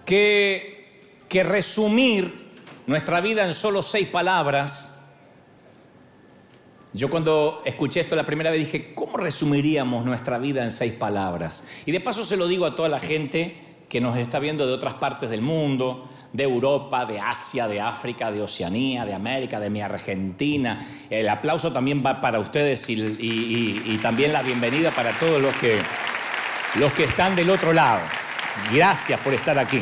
que resumir nuestra vida en solo 6 palabras. Yo cuando escuché esto la primera vez dije, ¿cómo resumiríamos nuestra vida en 6 palabras? Y de paso se lo digo a toda la gente que nos está viendo de otras partes del mundo, de Europa, de Asia, de África, de Oceanía, de América, de mi Argentina. El aplauso también va para ustedes y también la bienvenida para todos los que están del otro lado. Gracias por estar aquí.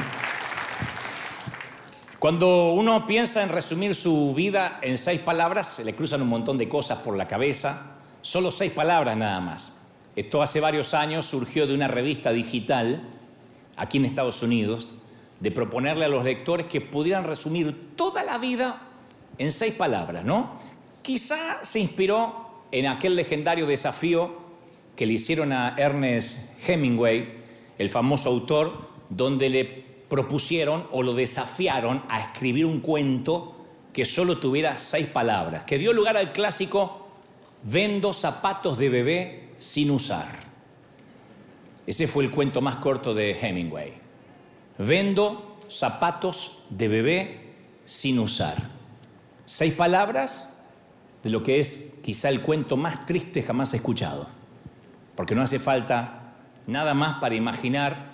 Cuando uno piensa en resumir su vida en 6 palabras, se le cruzan un montón de cosas por la cabeza. Solo 6 palabras nada más. Esto hace varios años surgió de una revista digital aquí en Estados Unidos, de proponerle a los lectores que pudieran resumir toda la vida en 6 palabras, ¿no? Quizá se inspiró en aquel legendario desafío que le hicieron a Ernest Hemingway, el famoso autor, donde le propusieron o lo desafiaron a escribir un cuento que solo tuviera 6 palabras, que dio lugar al clásico Vendo zapatos de bebé sin usar. Ese fue el cuento más corto de Hemingway. Vendo zapatos de bebé sin usar. 6 palabras de lo que es quizá el cuento más triste jamás escuchado. Porque no hace falta nada más para imaginar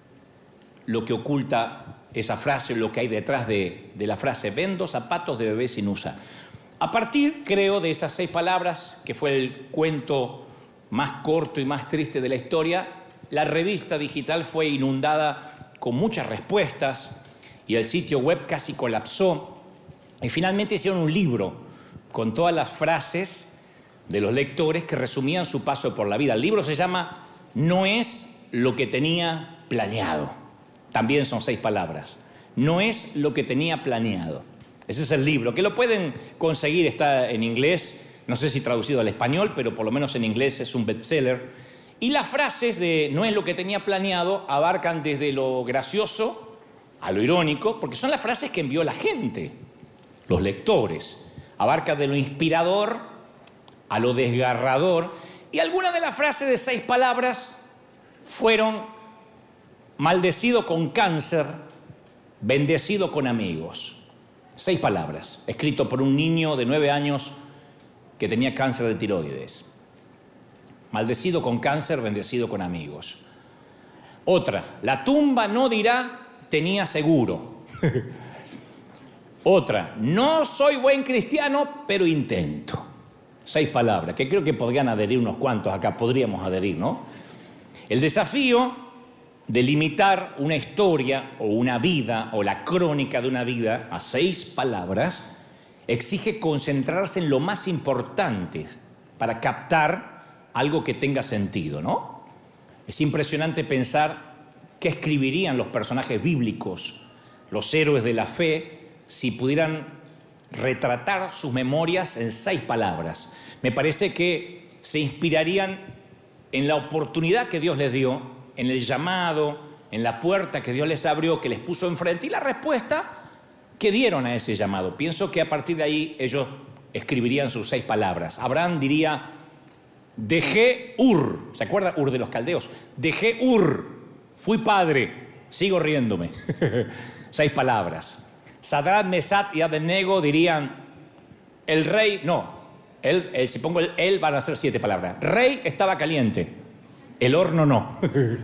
lo que oculta esa frase, lo que hay detrás de la frase, vendo zapatos de bebé sin usar. A partir, creo, de esas 6 palabras, que fue el cuento más corto y más triste de la historia, la revista digital fue inundada con muchas respuestas y el sitio web casi colapsó. Y finalmente hicieron un libro con todas las frases de los lectores que resumían su paso por la vida. El libro se llama No es lo que tenía planeado. También son 6 palabras. No es lo que tenía planeado. Ese es el libro, que lo pueden conseguir, está en inglés, no sé si traducido al español, pero por lo menos en inglés es un bestseller. Y las frases de no es lo que tenía planeado abarcan desde lo gracioso a lo irónico, porque son las frases que envió la gente, los lectores. Abarca de lo inspirador a lo desgarrador. Y algunas de las frases de 6 palabras fueron maldecido con cáncer, bendecido con amigos. 6 palabras, escrito por un niño de 9 años que tenía cáncer de tiroides. Maldecido con cáncer, bendecido con amigos. Otra, la tumba no dirá tenía seguro. Otra, no soy buen cristiano, pero intento. 6 palabras, que creo que podrían adherir unos cuantos acá, podríamos adherir, ¿no? El desafío de limitar una historia o una vida o la crónica de una vida a 6 palabras exige concentrarse en lo más importante para captar algo que tenga sentido, ¿no? Es impresionante pensar qué escribirían los personajes bíblicos, los héroes de la fe, si pudieran retratar sus memorias en 6 palabras. Me parece que se inspirarían en la oportunidad que Dios les dio, en el llamado, en la puerta que Dios les abrió, que les puso enfrente, y la respuesta que dieron a ese llamado. Pienso que a partir de ahí ellos escribirían sus 6 palabras. Abraham diría, dejé Ur, ¿se acuerda? Ur de los caldeos. Dejé Ur, fui padre, sigo riéndome. 6 palabras. Sadrach, Mesach y Abednego dirían, el rey, no, si pongo el van a ser 7 palabras. Rey estaba caliente, el horno no.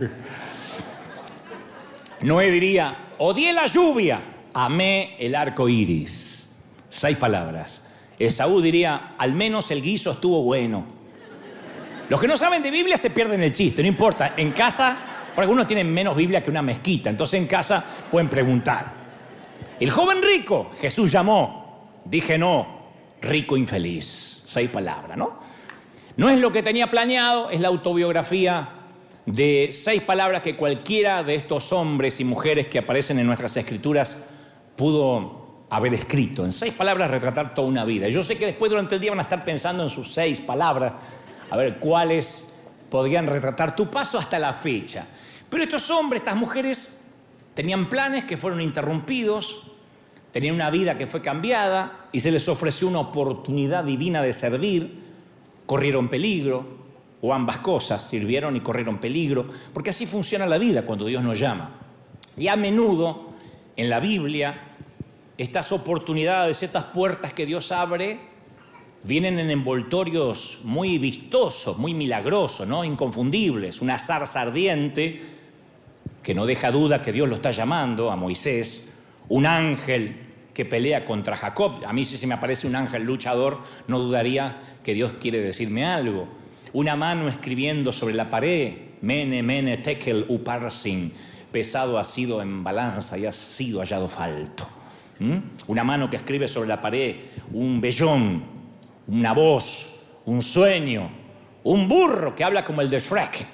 Noé diría, odié la lluvia, amé el arco iris. 6 palabras. Esaú diría, al menos el guiso estuvo bueno. Los que no saben de Biblia se pierden el chiste, no importa. En casa, porque algunos tienen menos Biblia que una mezquita, entonces en casa pueden preguntar. El joven rico, Jesús llamó, dije no, rico infeliz. 6 palabras, ¿no? No es lo que tenía planeado, es la autobiografía de 6 palabras que cualquiera de estos hombres y mujeres que aparecen en nuestras escrituras pudo haber escrito. En 6 palabras retratar toda una vida. Yo sé que después durante el día van a estar pensando en sus 6 palabras, a ver cuáles podrían retratar tu paso hasta la fecha. Pero estos hombres, estas mujeres, tenían planes que fueron interrumpidos, tenían una vida que fue cambiada y se les ofreció una oportunidad divina de servir, corrieron peligro, o ambas cosas, sirvieron y corrieron peligro, porque así funciona la vida cuando Dios nos llama. Y a menudo en la Biblia estas oportunidades, estas puertas que Dios abre, vienen en envoltorios muy vistosos, muy milagrosos, ¿no? Inconfundibles. Una zarza ardiente que no deja duda que Dios lo está llamando a Moisés. Un ángel que pelea contra Jacob. A mí si se me aparece un ángel luchador, no dudaría que Dios quiere decirme algo. Una mano escribiendo sobre la pared. Mene, mene, tekel, uparsin. Pesado ha sido en balanza y ha sido hallado falto. Una mano que escribe sobre la pared. Un vellón, una voz, un sueño. Un burro que habla como el de Shrek.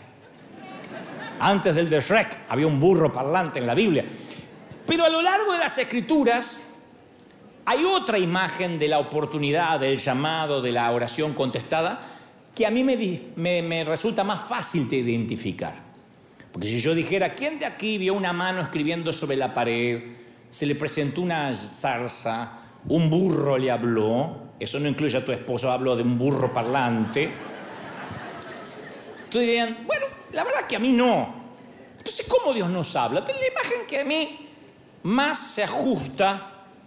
Antes del de Shrek había un burro parlante en la Biblia. Pero a lo largo de las Escrituras hay otra imagen de la oportunidad, del llamado, de la oración contestada, que a mí me resulta más fácil de identificar. Porque si yo dijera, ¿quién de aquí vio una mano escribiendo sobre la pared? Se le presentó una zarza, un burro le habló. Eso no incluye a tu esposo, hablo de un burro parlante. Entonces dirían, bueno, la verdad que a mí no. Entonces, ¿cómo Dios nos habla? Entonces, la imagen que a mí más se ajusta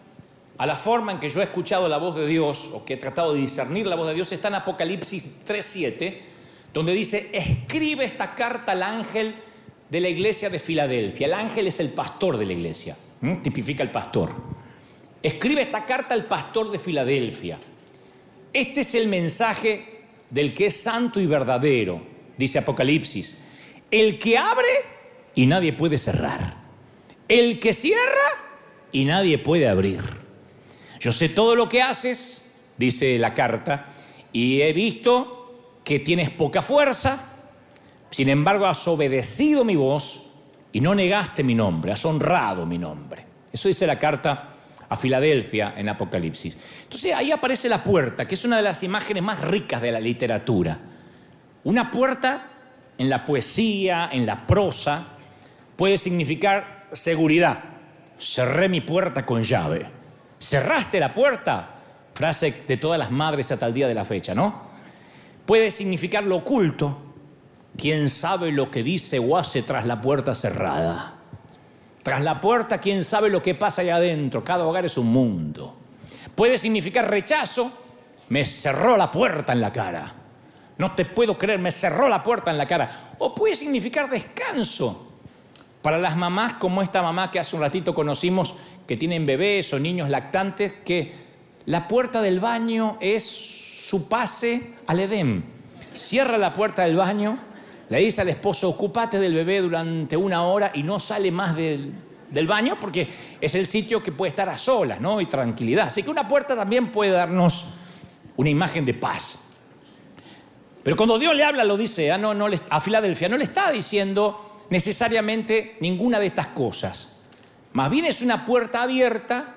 a la forma en que yo he escuchado la voz de Dios, o que he tratado de discernir la voz de Dios, está en Apocalipsis 3:7, donde dice, escribe esta carta al ángel de la iglesia de Filadelfia. El ángel es el pastor de la iglesia, tipifica el pastor. Escribe esta carta al pastor de Filadelfia. Este es el mensaje del que es santo y verdadero, dice Apocalipsis. El que abre y nadie puede cerrar. El que cierra y nadie puede abrir. Yo sé todo lo que haces, dice la carta, y he visto que tienes poca fuerza. Sin embargo, has obedecido mi voz y no negaste mi nombre, has honrado mi nombre. Eso dice la carta a Filadelfia en Apocalipsis. Entonces ahí aparece la puerta, que es una de las imágenes más ricas de la literatura. Una puerta en la poesía, en la prosa, puede significar seguridad. Cerré mi puerta con llave. ¿Cerraste la puerta? Frase de todas las madres hasta el día de la fecha, ¿no? Puede significar lo oculto. ¿Quién sabe lo que dice o hace tras la puerta cerrada? Tras la puerta, ¿quién sabe lo que pasa allá adentro? Cada hogar es un mundo. Puede significar rechazo. Me cerró la puerta en la cara. No te puedo creer, me cerró la puerta en la cara. O puede significar descanso. Para las mamás, como esta mamá que hace un ratito conocimos, que tienen bebés o niños lactantes, que la puerta del baño es su pase al Edén. Cierra la puerta del baño, le dice al esposo, ocúpate del bebé durante 1 hora y no sale más del baño porque es el sitio que puede estar a solas, ¿no? Y tranquilidad. Así que una puerta también puede darnos una imagen de paz. Pero cuando Dios le habla, lo dice a Filadelfia, no le está diciendo necesariamente ninguna de estas cosas. Más bien es una puerta abierta,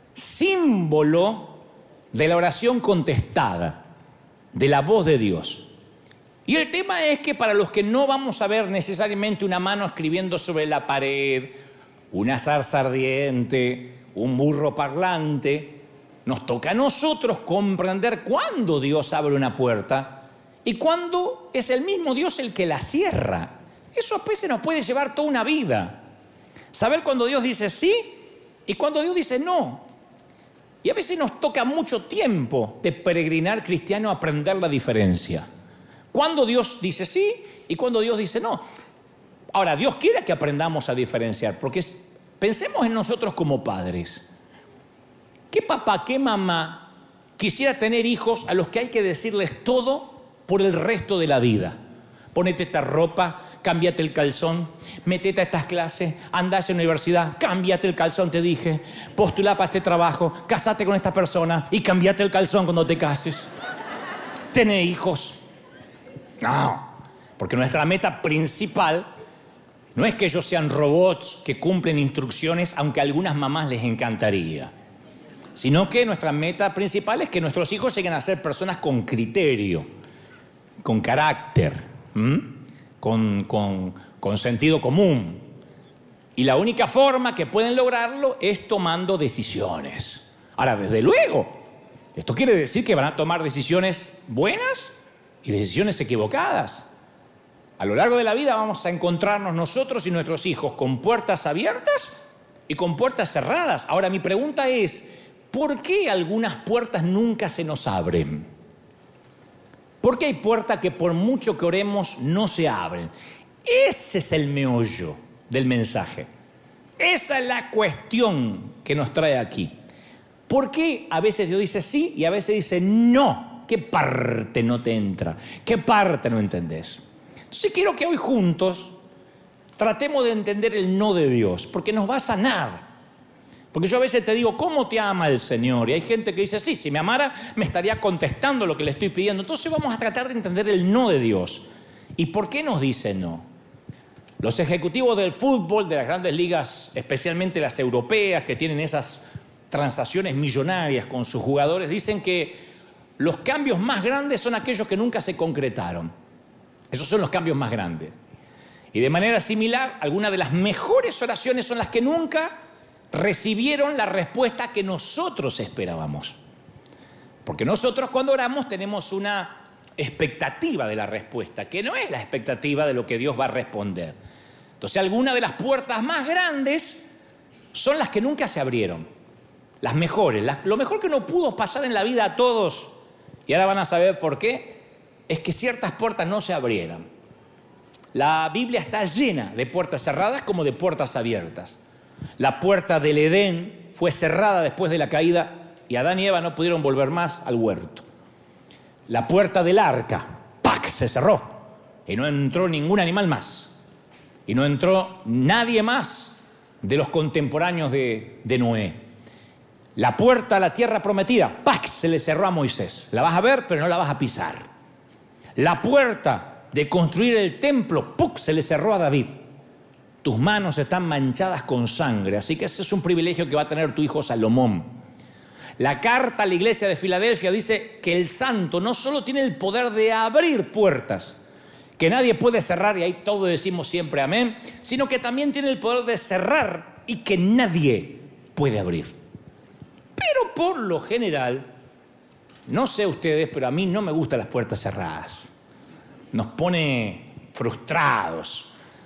símbolo de la oración contestada, de la voz de Dios. Y el tema es que para los que no vamos a ver necesariamente una mano escribiendo sobre la pared, una zarza ardiente, un burro parlante, nos toca a nosotros comprender cuándo Dios abre una puerta y cuándo es el mismo Dios el que la cierra. Eso a veces nos puede llevar toda una vida. Saber cuando Dios dice sí y cuando Dios dice no. Y a veces nos toca mucho tiempo de peregrinar cristiano a aprender la diferencia. Cuando Dios dice sí y cuando Dios dice no. Ahora, Dios quiere que aprendamos a diferenciar, porque pensemos en nosotros como padres. ¿Qué papá, qué mamá quisiera tener hijos a los que hay que decirles todo por el resto de la vida? Ponete esta ropa, cámbiate el calzón, metete a estas clases, andá a esa universidad, cámbiate el calzón, te dije, postulá para este trabajo, casate con esta persona y cámbiate el calzón cuando te cases. Tené hijos. No, porque nuestra meta principal no es que ellos sean robots que cumplen instrucciones, aunque a algunas mamás les encantaría, sino que nuestra meta principal es que nuestros hijos lleguen a ser personas con criterio, con carácter, con sentido común. Y la única forma que pueden lograrlo es tomando decisiones. Ahora, desde luego, esto quiere decir que van a tomar decisiones buenas y decisiones equivocadas. A lo largo de la vida vamos a encontrarnos nosotros y nuestros hijos con puertas abiertas y con puertas cerradas. Ahora, mi pregunta es, ¿por qué algunas puertas nunca se nos abren? ¿Por qué hay puertas que por mucho que oremos no se abren? Ese es el meollo del mensaje. Esa es la cuestión que nos trae aquí. ¿Por qué a veces Dios dice sí y a veces dice no? ¿Qué parte no te entra? ¿Qué parte no entendés? Entonces quiero que hoy juntos tratemos de entender el no de Dios, porque nos va a sanar. Porque yo a veces te digo, ¿cómo te ama el Señor? Y hay gente que dice, sí, si me amara me estaría contestando lo que le estoy pidiendo. Entonces vamos a tratar de entender el no de Dios. ¿Y por qué nos dice no? Los ejecutivos del fútbol, de las grandes ligas, especialmente las europeas, que tienen esas transacciones millonarias con sus jugadores, dicen que los cambios más grandes son aquellos que nunca se concretaron. Esos son los cambios más grandes. Y de manera similar, algunas de las mejores oraciones son las que nunca recibieron la respuesta que nosotros esperábamos. Porque nosotros cuando oramos tenemos una expectativa de la respuesta, que no es la expectativa de lo que Dios va a responder. Entonces, algunas de las puertas más grandes son las que nunca se abrieron. Las mejores, lo mejor que no pudo pasar en la vida a todos, y ahora van a saber por qué, es que ciertas puertas no se abrieran. La Biblia está llena de puertas cerradas como de puertas abiertas. La puerta del Edén fue cerrada después de la caída y Adán y Eva no pudieron volver más al huerto. La puerta del arca, ¡pac!, se cerró y no entró ningún animal más. Y no entró nadie más de los contemporáneos de Noé. La puerta a la tierra prometida, ¡pac!, se le cerró a Moisés. La vas a ver, pero no la vas a pisar. La puerta de construir el templo, ¡puc!, se le cerró a David. Tus manos están manchadas con sangre, así que ese es un privilegio que va a tener tu hijo Salomón. La carta a la iglesia de Filadelfia dice que el santo no solo tiene el poder de abrir puertas, que nadie puede cerrar, y ahí todos decimos siempre amén, sino que también tiene el poder de cerrar y que nadie puede abrir. Pero por lo general, no sé ustedes, pero a mí no me gustan las puertas cerradas. Nos pone frustrados.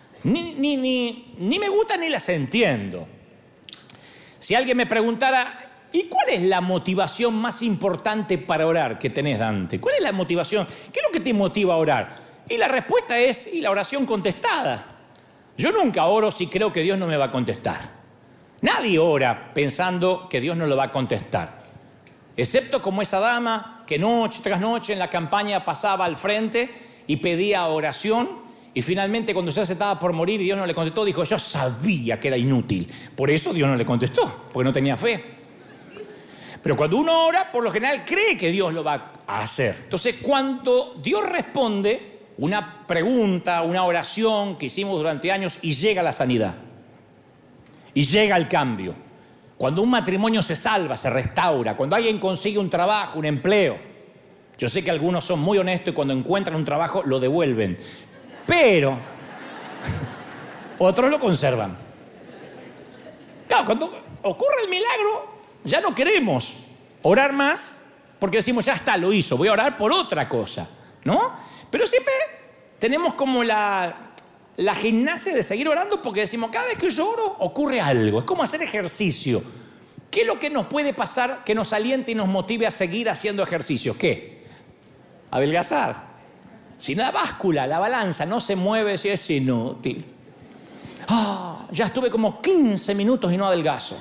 Ni me gustan ni las entiendo. Si alguien me preguntara, ¿y cuál es la motivación más importante para orar que tenés, Dante? ¿Cuál es la motivación? ¿Qué es lo que te motiva a orar? Y la respuesta es, la oración contestada. Yo nunca oro si creo que Dios no me va a contestar. Nadie ora pensando que Dios no lo va a contestar. Excepto como esa dama que noche tras noche en la campaña pasaba al frente y pedía oración. Y finalmente cuando ya se estaba por morir y Dios no le contestó, dijo, yo sabía que era inútil. Por eso Dios no le contestó, porque no tenía fe. Pero cuando uno ora, por lo general cree que Dios lo va a hacer. Entonces, cuando Dios responde una pregunta, una oración que hicimos durante años y llega la sanidad, y llega el cambio, cuando un matrimonio se salva, se restaura, cuando alguien consigue un trabajo, un empleo. Yo sé que algunos son muy honestos y cuando encuentran un trabajo lo devuelven, pero otros lo conservan. Claro, cuando ocurre el milagro, ya no queremos orar más porque decimos, ya está, lo hizo, voy a orar por otra cosa, ¿no? Pero siempre tenemos como la gimnasia de seguir orando porque decimos, cada vez que yo oro ocurre algo, es como hacer ejercicio. ¿Qué es lo que nos puede pasar que nos aliente y nos motive a seguir haciendo ejercicio? ¿Qué? Adelgazar. Si la báscula, la balanza no se mueve, si es inútil. Ya estuve como 15 minutos y no adelgazo.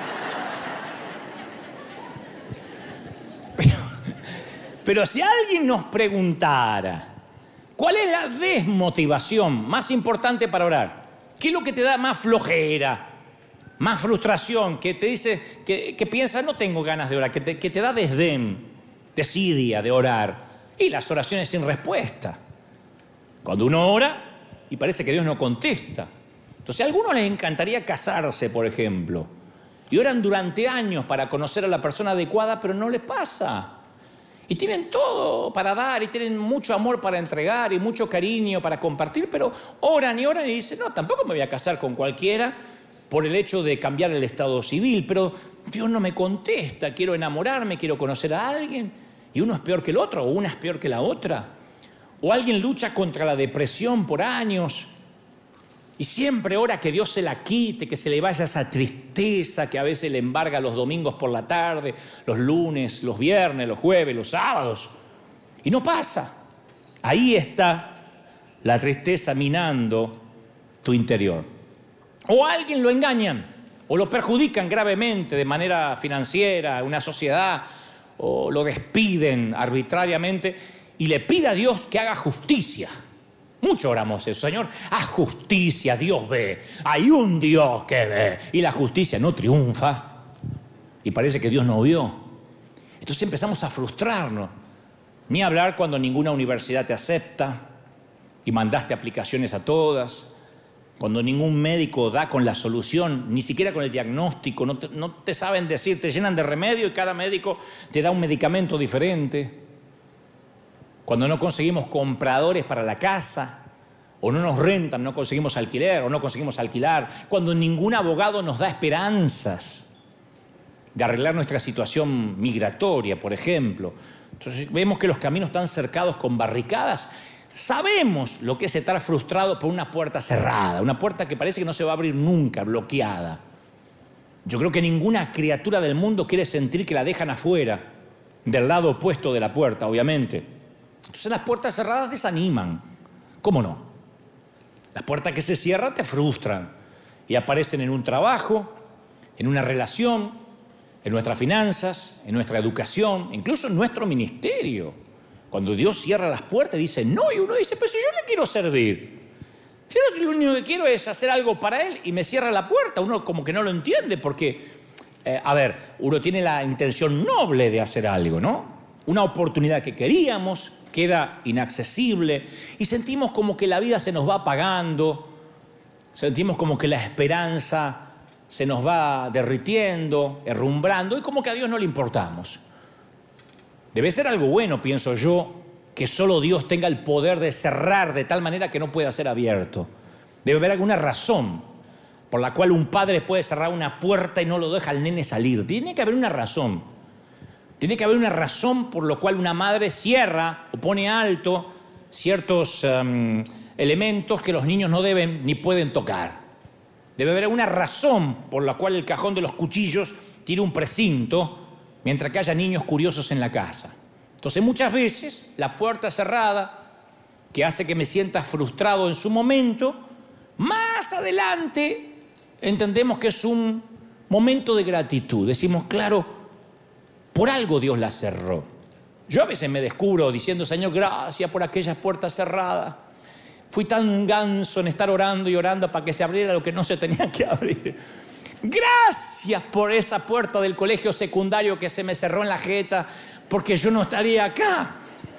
Pero si alguien nos preguntara, ¿cuál es la desmotivación más importante para orar? ¿Qué es lo que te da más flojera, más frustración, que te dice, que piensas, no tengo ganas de orar, que te da desdén, desidia de orar? Y las oraciones sin respuesta. Cuando uno ora y parece que Dios no contesta. Entonces a algunos les encantaría casarse, por ejemplo, y oran durante años para conocer a la persona adecuada, pero no les pasa. Y tienen todo para dar, y tienen mucho amor para entregar, y mucho cariño para compartir, pero oran y dicen, no, tampoco me voy a casar con cualquiera por el hecho de cambiar el estado civil, pero Dios no me contesta, quiero enamorarme, quiero conocer a alguien, y uno es peor que el otro, o una es peor que la otra. O alguien lucha contra la depresión por años y siempre ora que Dios se la quite, que se le vaya esa tristeza que a veces le embarga los domingos por la tarde, los lunes, los viernes, los jueves, los sábados. Y no pasa. Ahí está la tristeza minando tu interior. O a alguien lo engañan o lo perjudican gravemente de manera financiera, una sociedad, o lo despiden arbitrariamente y le pide a Dios que haga justicia. Mucho oramos eso, Señor, haz justicia, Dios ve. Hay un Dios que ve. Y la justicia no triunfa. Y parece que Dios no vio. Entonces empezamos a frustrarnos. Ni hablar cuando ninguna universidad te acepta y mandaste aplicaciones a todas. Cuando ningún médico da con la solución, ni siquiera con el diagnóstico. No te saben decir, te llenan de remedio y cada médico te da un medicamento diferente. Cuando no conseguimos compradores para la casa, o no nos rentan, no conseguimos alquiler, o no conseguimos alquilar. Cuando ningún abogado nos da esperanzas de arreglar nuestra situación migratoria, por ejemplo. Entonces vemos que los caminos están cercados con barricadas. Sabemos lo que es estar frustrado por una puerta cerrada, una puerta que parece que no se va a abrir nunca, bloqueada. Yo creo que ninguna criatura del mundo quiere sentir que la dejan afuera, del lado opuesto de la puerta, obviamente. Entonces las puertas cerradas desaniman. ¿Cómo no? Las puertas que se cierran te frustran y aparecen en un trabajo, en una relación, en nuestras finanzas, en nuestra educación, incluso en nuestro ministerio. Cuando Dios cierra las puertas dice no, y uno dice, pero si yo le quiero servir, si yo lo único que quiero es hacer algo para Él y me cierra la puerta, uno como que no lo entiende porque, uno tiene la intención noble de hacer algo, ¿no? Una oportunidad que queríamos queda inaccesible y sentimos como que la vida se nos va apagando, sentimos como que la esperanza se nos va derritiendo, herrumbrando y como que a Dios no le importamos. Debe ser algo bueno, pienso yo, que solo Dios tenga el poder de cerrar de tal manera que no pueda ser abierto. Debe haber alguna razón por la cual un padre puede cerrar una puerta y no lo deja al nene salir. Tiene que haber una razón. Tiene que haber una razón por la cual una madre cierra o pone alto ciertos elementos que los niños no deben ni pueden tocar. Debe haber una razón por la cual el cajón de los cuchillos tiene un precinto mientras que haya niños curiosos en la casa. Entonces muchas veces la puerta cerrada que hace que me sienta frustrado en su momento, más adelante entendemos que es un momento de gratitud. Decimos, claro, por algo Dios la cerró. Yo a veces me descubro diciendo, Señor, gracias por aquellas puertas cerradas. Fui tan ganso en estar orando y orando para que se abriera lo que no se tenía que abrir. Gracias por esa puerta del colegio secundario que se me cerró en la jeta, porque yo no estaría acá.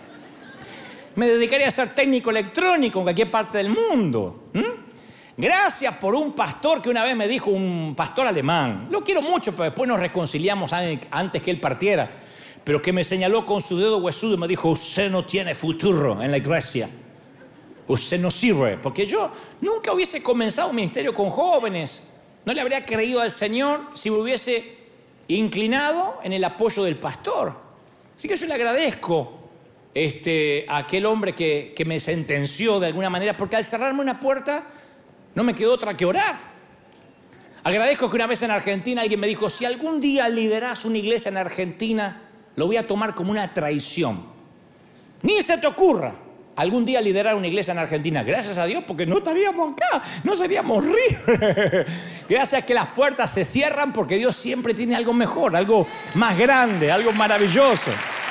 Me dedicaría a ser técnico electrónico en cualquier parte del mundo. Gracias por un pastor que una vez me dijo, un pastor alemán, lo quiero mucho, pero después nos reconciliamos antes que él partiera, pero que me señaló con su dedo huesudo y me dijo, usted no tiene futuro en la iglesia, usted no sirve, porque yo nunca hubiese comenzado un ministerio con jóvenes, no le habría creído al Señor si me hubiese inclinado en el apoyo del pastor. Así que yo le agradezco a aquel hombre que me sentenció de alguna manera, porque al cerrarme una puerta no me quedó otra que orar. Agradezco que una vez en Argentina alguien me dijo, si algún día liderás una iglesia en Argentina, lo voy a tomar como una traición. Ni se te ocurra algún día liderar una iglesia en Argentina. Gracias a Dios, porque no estaríamos acá, no seríamos ricos. Gracias a que las puertas se cierran, porque Dios siempre tiene algo mejor, algo más grande, algo maravilloso.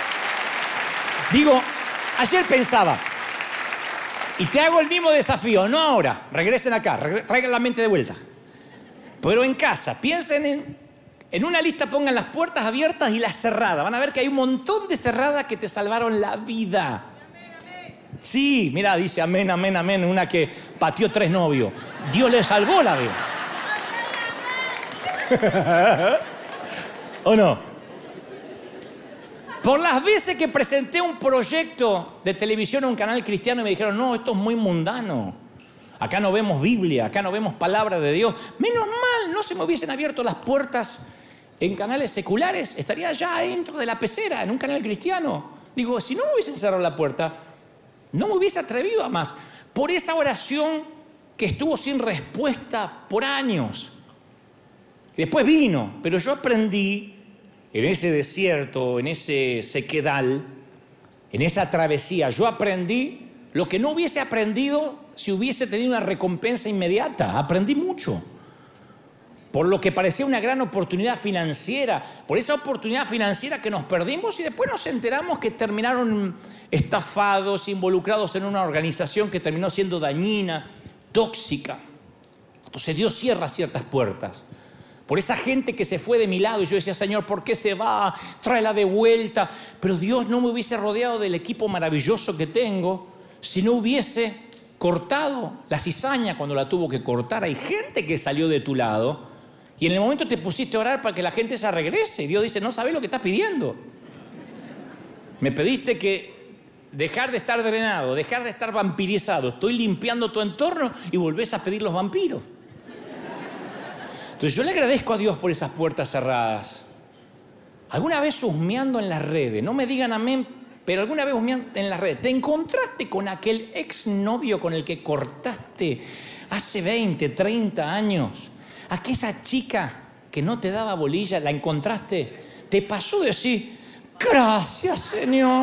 Digo, ayer pensaba, y te hago el mismo desafío, no ahora, regresen acá, traigan la mente de vuelta. Pero en casa, piensen en una lista, pongan las puertas abiertas y las cerradas. Van a ver que hay un montón de cerradas que te salvaron la vida. Sí, mira, dice amén, amén, amén, una que pateó 3 novios. Dios le salvó la vida. ¿O no? Por las veces que presenté un proyecto de televisión a un canal cristiano y me dijeron, no, esto es muy mundano. Acá no vemos Biblia, acá no vemos palabra de Dios. Menos mal, no se me hubiesen abierto las puertas en canales seculares. Estaría ya dentro de la pecera, en un canal cristiano. Digo, si no me hubiesen cerrado la puerta, No me hubiese atrevido a más. Por esa oración que estuvo sin respuesta por años. Después vino, pero yo aprendí en ese desierto, en ese sequedal, en esa travesía, yo aprendí lo que no hubiese aprendido si hubiese tenido una recompensa inmediata. Aprendí mucho. Por lo que parecía una gran oportunidad financiera, por esa oportunidad financiera que nos perdimos y después nos enteramos que terminaron estafados, involucrados en una organización que terminó siendo dañina, tóxica. Entonces Dios cierra ciertas puertas. Por esa gente que se fue de mi lado y yo decía, Señor, ¿por qué se va? Tráela de vuelta. Pero Dios no me hubiese rodeado del equipo maravilloso que tengo si no hubiese cortado la cizaña cuando la tuvo que cortar. Hay gente que salió de tu lado y en el momento te pusiste a orar para que la gente se regrese. Y Dios dice, no sabés lo que estás pidiendo. Me pediste que dejar de estar drenado, dejar de estar vampirizado. Estoy limpiando tu entorno y volvés a pedir los vampiros. Entonces yo le agradezco a Dios por esas puertas cerradas. Alguna vez husmeando en las redes, no me digan amén, pero alguna vez husmeando en las redes, ¿te encontraste con aquel exnovio con el que cortaste hace 20, 30 años? Aquella chica que no te daba bolilla, ¿la encontraste? ¿Te pasó decir, gracias, Señor?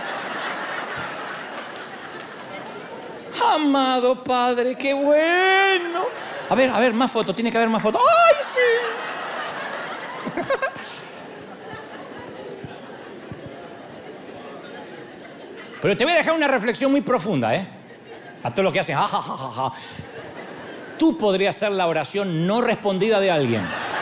Amado Padre, qué bueno. A ver, más fotos, tiene que haber más fotos. ¡Ay, sí! Pero te voy a dejar una reflexión muy profunda, a todo lo que hacen. Ja, ja, ja, ja, ja. Tú podrías ser la oración no respondida de alguien.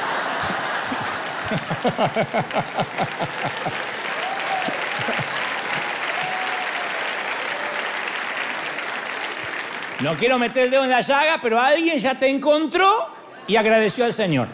No quiero meter el dedo en la llaga, pero alguien ya te encontró y agradeció al Señor.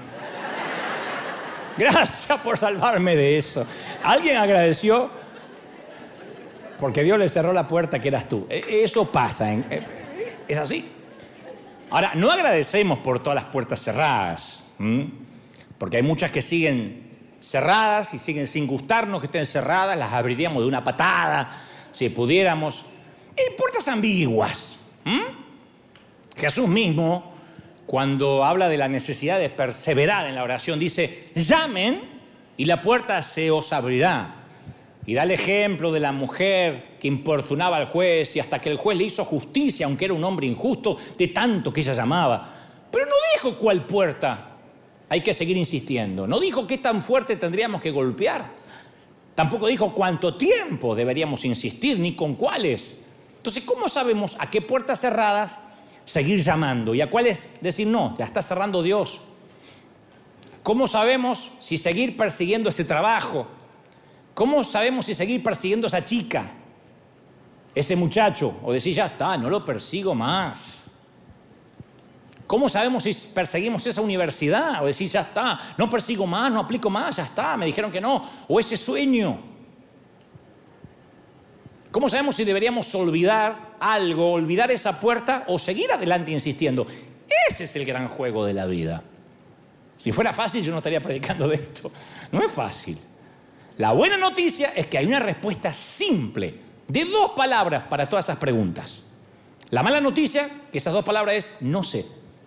Gracias por salvarme de eso. Alguien agradeció porque Dios le cerró la puerta que eras tú. Eso pasa. Es así. Ahora, no agradecemos por todas las puertas cerradas. Porque hay muchas que siguen cerradas y siguen sin gustarnos que estén cerradas. Las abriríamos de una patada si pudiéramos. Hay puertas ambiguas. Jesús mismo, cuando habla de la necesidad de perseverar en la oración, dice, llamen y la puerta se os abrirá. Y da el ejemplo de la mujer que importunaba al juez y hasta que el juez le hizo justicia, aunque era un hombre injusto, de tanto que ella llamaba. Pero no dijo cuál puerta hay que seguir insistiendo. No dijo qué tan fuerte tendríamos que golpear. Tampoco dijo cuánto tiempo deberíamos insistir, ni con cuáles. Entonces, ¿cómo sabemos a qué puertas cerradas seguir llamando y a cuáles decir no? La está cerrando Dios. ¿Cómo sabemos si seguir persiguiendo ese trabajo? ¿Cómo sabemos si seguir persiguiendo a esa chica, ese muchacho? O decir, ya está, no lo persigo más. ¿Cómo sabemos si perseguimos esa universidad? O decir, ya está, no persigo más, no aplico más, ya está, me dijeron que no. O ese sueño. ¿Cómo sabemos si deberíamos olvidar algo, olvidar esa puerta o seguir adelante insistiendo? Ese es el gran juego de la vida. Si fuera fácil, yo no estaría predicando de esto. No es fácil. La buena noticia es que hay una respuesta simple de 2 palabras para todas esas preguntas. La mala noticia, que esas 2 palabras es no sé.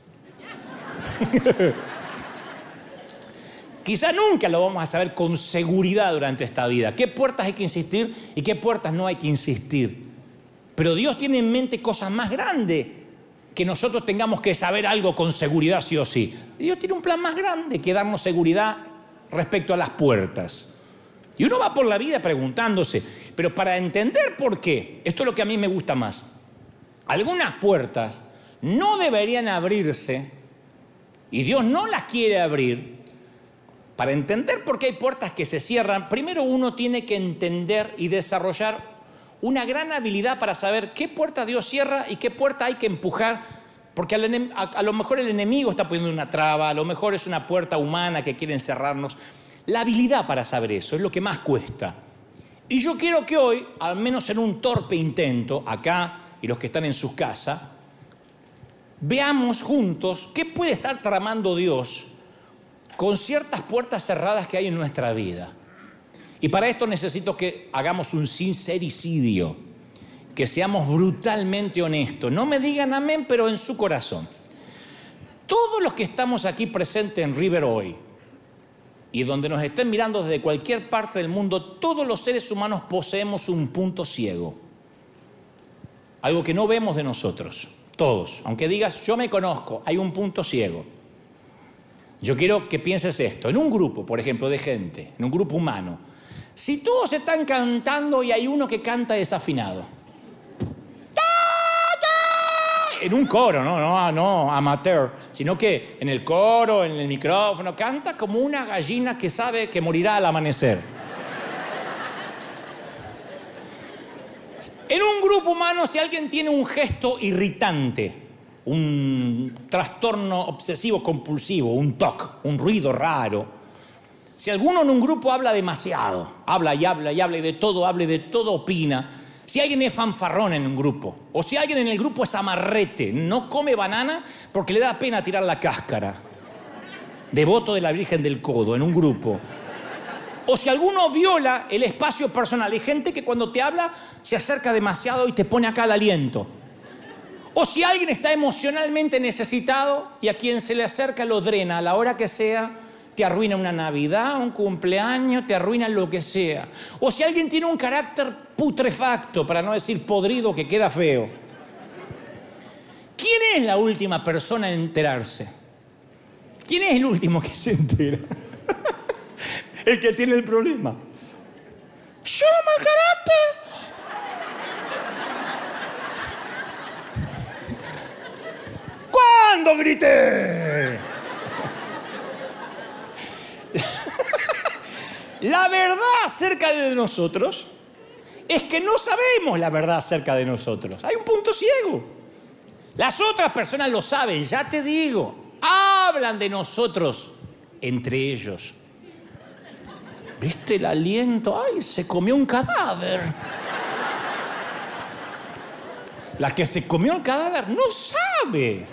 Quizá nunca lo vamos a saber con seguridad durante esta vida. ¿Qué puertas hay que insistir y qué puertas no hay que insistir? Pero Dios tiene en mente cosas más grandes que nosotros tengamos que saber algo con seguridad sí o sí. Dios tiene un plan más grande que darnos seguridad respecto a las puertas. Y uno va por la vida preguntándose, pero para entender por qué, esto es lo que a mí me gusta más. Algunas puertas no deberían abrirse y Dios no las quiere abrir. Para entender por qué hay puertas que se cierran, primero uno tiene que entender y desarrollar una gran habilidad para saber qué puerta Dios cierra y qué puerta hay que empujar, porque a lo mejor el enemigo está poniendo una traba, a lo mejor es una puerta humana que quiere encerrarnos. La habilidad para saber eso es lo que más cuesta. Y yo quiero que hoy, al menos en un torpe intento, acá y los que están en sus casas, veamos juntos qué puede estar tramando Dios con ciertas puertas cerradas que hay en nuestra vida. Y para esto necesito que hagamos un sincericidio. que seamos brutalmente honestos. No me digan amén, pero en su corazón. Todos los que estamos aquí presentes en River hoy, y donde nos estén mirando desde cualquier parte del mundo, todos los seres humanos poseemos un punto ciego. Algo que no vemos de nosotros. Todos. Aunque digas, yo me conozco, hay un punto ciego. Yo quiero que pienses esto. En un grupo, por ejemplo, de gente, en un grupo humano, si todos están cantando y hay uno que canta desafinado. En un coro, no amateur, sino que en el coro, en el micrófono, canta como una gallina que sabe que morirá al amanecer. En un grupo humano, si alguien tiene un gesto irritante, un trastorno obsesivo compulsivo, un TOC, un ruido raro, si alguno en un grupo habla demasiado, habla y de todo, opina, si alguien es fanfarrón en un grupo, o si alguien en el grupo es amarrete, no come banana porque le da pena tirar la cáscara, devoto de la Virgen del Codo en un grupo, o si alguno viola el espacio personal, hay gente que cuando te habla se acerca demasiado y te pone acá el aliento, o si alguien está emocionalmente necesitado y a quien se le acerca lo drena a la hora que sea, te arruina una Navidad, un cumpleaños, te arruina lo que sea. O si alguien tiene un carácter putrefacto, para no decir podrido, que queda feo. ¿Quién es la última persona en enterarse? ¿Quién es el último que se entera? El que tiene el problema. ¡Yo, mal carácter! ¿Cuándo grité? La verdad acerca de nosotros es que no sabemos la verdad acerca de nosotros. Hay un punto ciego. Las otras personas lo saben, ya te digo. Hablan de nosotros entre ellos. ¿Viste el aliento? ¡Ay, se comió un cadáver! La que se comió el cadáver no sabe.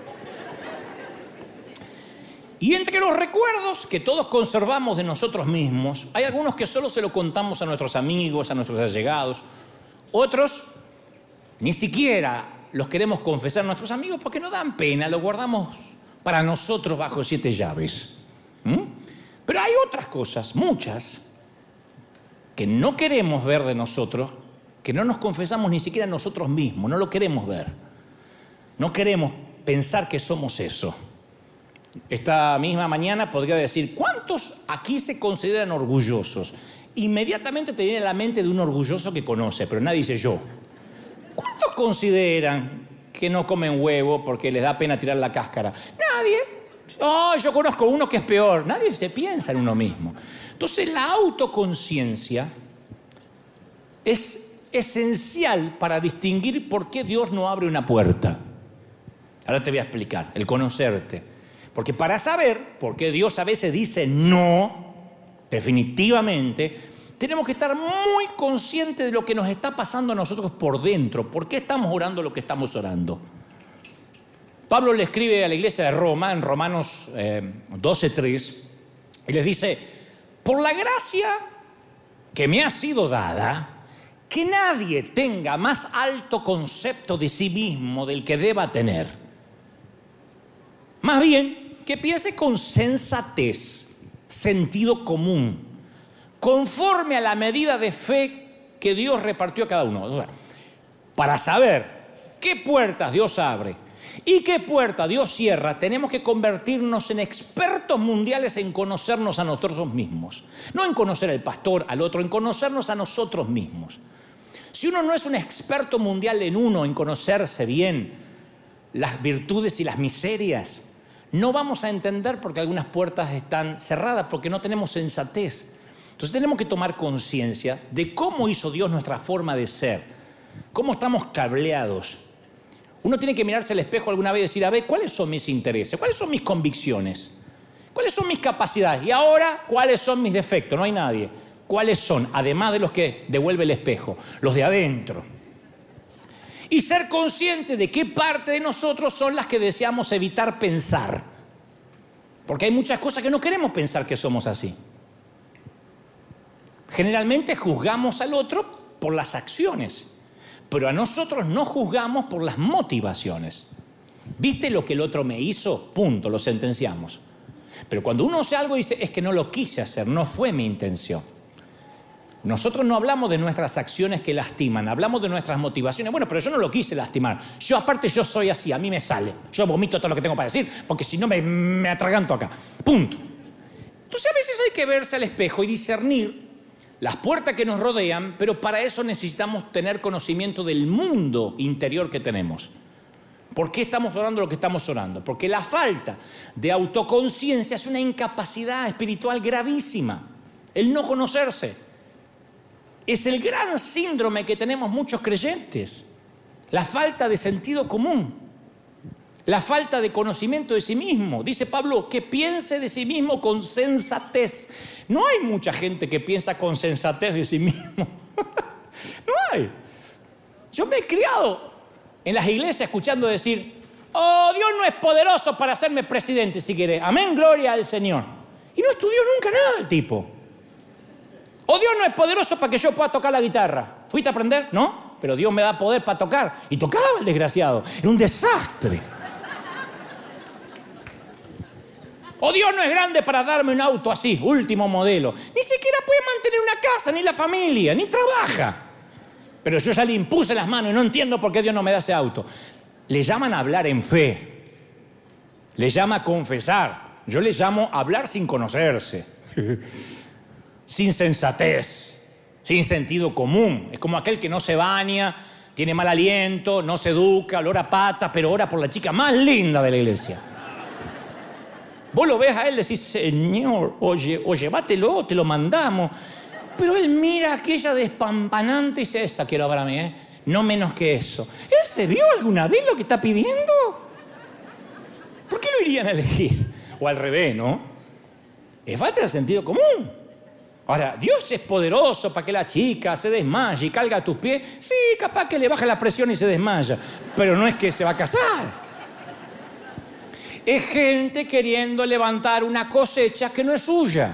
Y entre los recuerdos que todos conservamos de nosotros mismos, hay algunos que solo se lo contamos a nuestros amigos, a nuestros allegados. Otros, ni siquiera los queremos confesar a nuestros amigos porque nos dan pena, lo guardamos para nosotros bajo 7 llaves. Pero hay otras cosas, muchas, que no queremos ver de nosotros, que no nos confesamos ni siquiera a nosotros mismos, no lo queremos ver. No queremos pensar que somos eso. Esta misma mañana podría decir, ¿cuántos aquí se consideran orgullosos? Inmediatamente te viene a la mente de un orgulloso que conoce, pero nadie dice yo. ¿Cuántos consideran que no comen huevo porque les da pena tirar la cáscara? Nadie. Oh, yo conozco uno que es peor. Nadie se piensa en uno mismo. Entonces la autoconciencia es esencial para distinguir por qué Dios no abre una puerta. Ahora te voy a explicar, el conocerte. Porque para saber por qué Dios a veces dice no, definitivamente, tenemos que estar muy conscientes de lo que nos está pasando a nosotros por dentro. ¿Por qué estamos orando lo que estamos orando? Pablo le escribe a la iglesia de Roma, en Romanos 12:3, y les dice, por la gracia que me ha sido dada, que nadie tenga más alto concepto de sí mismo del que deba tener. Más bien, que piense con sensatez, sentido común, conforme a la medida de fe que Dios repartió a cada uno. O sea, para saber qué puertas Dios abre y qué puertas Dios cierra, tenemos que convertirnos en expertos mundiales en conocernos a nosotros mismos. No en conocer al pastor, al otro, en conocernos a nosotros mismos. Si uno no es un experto mundial en uno, en conocerse bien, las virtudes y las miserias, no vamos a entender por qué algunas puertas están cerradas, porque no tenemos sensatez. Entonces tenemos que tomar conciencia de cómo hizo Dios nuestra forma de ser, cómo estamos cableados. Uno tiene que mirarse al espejo alguna vez y decir, a ver, ¿cuáles son mis intereses? ¿Cuáles son mis convicciones? ¿Cuáles son mis capacidades? Y ahora, ¿cuáles son mis defectos? No hay nadie. ¿Cuáles son? Además de los que devuelve el espejo, los de adentro. Y ser consciente de qué parte de nosotros son las que deseamos evitar pensar. Porque hay muchas cosas que no queremos pensar que somos así. Generalmente juzgamos al otro por las acciones, Pero a nosotros no juzgamos por las motivaciones. ¿Viste lo que el otro me hizo? Punto, lo sentenciamos. Pero cuando uno hace algo dice, es que no lo quise hacer, no fue mi intención. Nosotros no hablamos de nuestras acciones que lastiman, hablamos de nuestras motivaciones. Bueno, pero yo no lo quise lastimar. Aparte yo soy así, a mí me sale. Yo vomito todo lo que tengo para decir, porque si no me atraganto acá. Punto. Entonces a veces hay que verse al espejo y discernir las puertas que nos rodean, pero para eso necesitamos tener conocimiento del mundo interior que tenemos. ¿Por qué estamos orando lo que estamos orando? Porque la falta de autoconciencia es una incapacidad espiritual gravísima. El no conocerse. Es el gran síndrome que tenemos muchos creyentes. La falta de sentido común. La falta de conocimiento de sí mismo. Dice Pablo, que piense de sí mismo con sensatez. No hay mucha gente que piensa con sensatez de sí mismo. No hay. Yo me he criado en las iglesias escuchando decir, oh, Dios no es poderoso para hacerme presidente si quiere. Amén, gloria al Señor. Y no estudió nunca nada el tipo. O Dios no es poderoso para que yo pueda tocar la guitarra. ¿Fuiste a aprender? No, pero Dios me da poder para tocar. Y tocaba el desgraciado. Era un desastre. O Dios no es grande para darme un auto así, último modelo. Ni siquiera puede mantener una casa, ni la familia, ni trabaja. Pero yo ya le impuse las manos y no entiendo por qué Dios no me da ese auto. Le llaman a hablar en fe. Le llama a confesar. Yo le llamo a hablar sin conocerse. Sin sensatez, sin sentido común. Es como aquel que no se baña, tiene mal aliento, no se educa, olor a pata, pero ora por la chica más linda de la iglesia. Vos lo ves a él y decís, Señor, oye, llévatelo, te lo mandamos. Pero él mira a aquella despampanante y dice, esa quiero para mí, ¿eh? No menos que eso. ¿Él se vio alguna vez lo que está pidiendo? ¿Por qué lo irían a elegir? O al revés, ¿no? Es falta de sentido común. Ahora, Dios es poderoso para que la chica se desmaye y caiga a tus pies. Sí, capaz que le baja la presión y se desmaya, pero no es que se va a casar. Es gente queriendo levantar una cosecha que no es suya.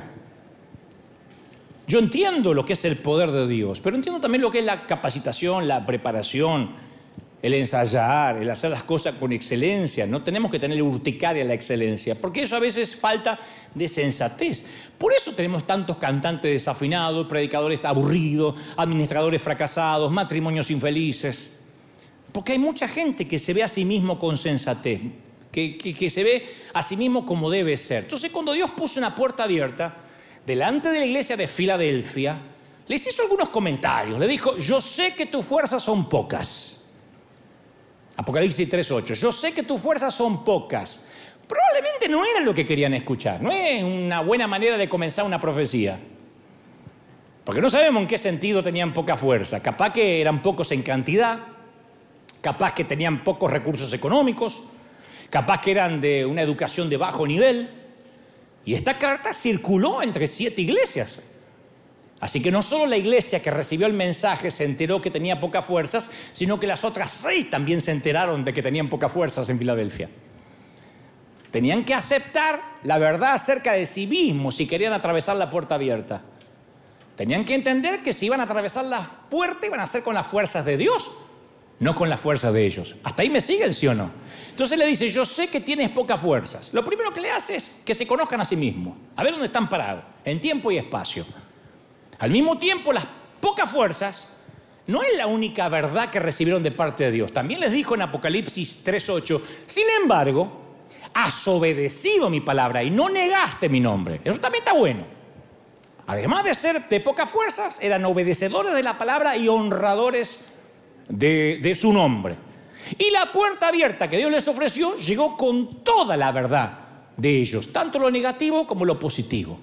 Yo entiendo lo que es el poder de Dios, pero entiendo también lo que es la capacitación, la preparación, el ensayar, el hacer las cosas con excelencia. No tenemos que tener urticaria la excelencia, porque eso a veces falta de sensatez. Por eso tenemos tantos cantantes desafinados, predicadores aburridos, administradores fracasados, matrimonios infelices. Porque hay mucha gente que se ve a sí mismo con sensatez, que se ve a sí mismo como debe ser. Entonces, cuando Dios puso una puerta abierta delante de la iglesia de Filadelfia, les hizo algunos comentarios. Le dijo, yo sé que tus fuerzas son pocas. Apocalipsis 3:8. Yo sé que tus fuerzas son pocas. Probablemente no era lo que querían escuchar. No es una buena manera de comenzar una profecía. Porque no sabemos en qué sentido tenían poca fuerza. Capaz que eran pocos en cantidad. Capaz que tenían pocos recursos económicos. Capaz que eran de una educación de bajo nivel. Y esta carta circuló entre 7 iglesias. Así que no solo la iglesia que recibió el mensaje se enteró que tenía pocas fuerzas, sino que las otras 6 también se enteraron de que tenían pocas fuerzas en Filadelfia. Tenían que aceptar la verdad acerca de sí mismos si querían atravesar la puerta abierta. Tenían que entender que si iban a atravesar la puerta iban a ser con las fuerzas de Dios, no con las fuerzas de ellos. ¿Hasta ahí me siguen, sí o no? Entonces le dice, yo sé que tienes pocas fuerzas. Lo primero que le hace es que se conozcan a sí mismos, a ver dónde están parados, en tiempo y espacio. Al mismo tiempo, las pocas fuerzas no es la única verdad que recibieron de parte de Dios. También les dijo en Apocalipsis 3:8, sin embargo, has obedecido mi palabra y no negaste mi nombre. Eso también está bueno. Además de ser de pocas fuerzas, eran obedecedores de la palabra y honradores de su nombre. Y la puerta abierta que Dios les ofreció llegó con toda la verdad de ellos, tanto lo negativo como lo positivo.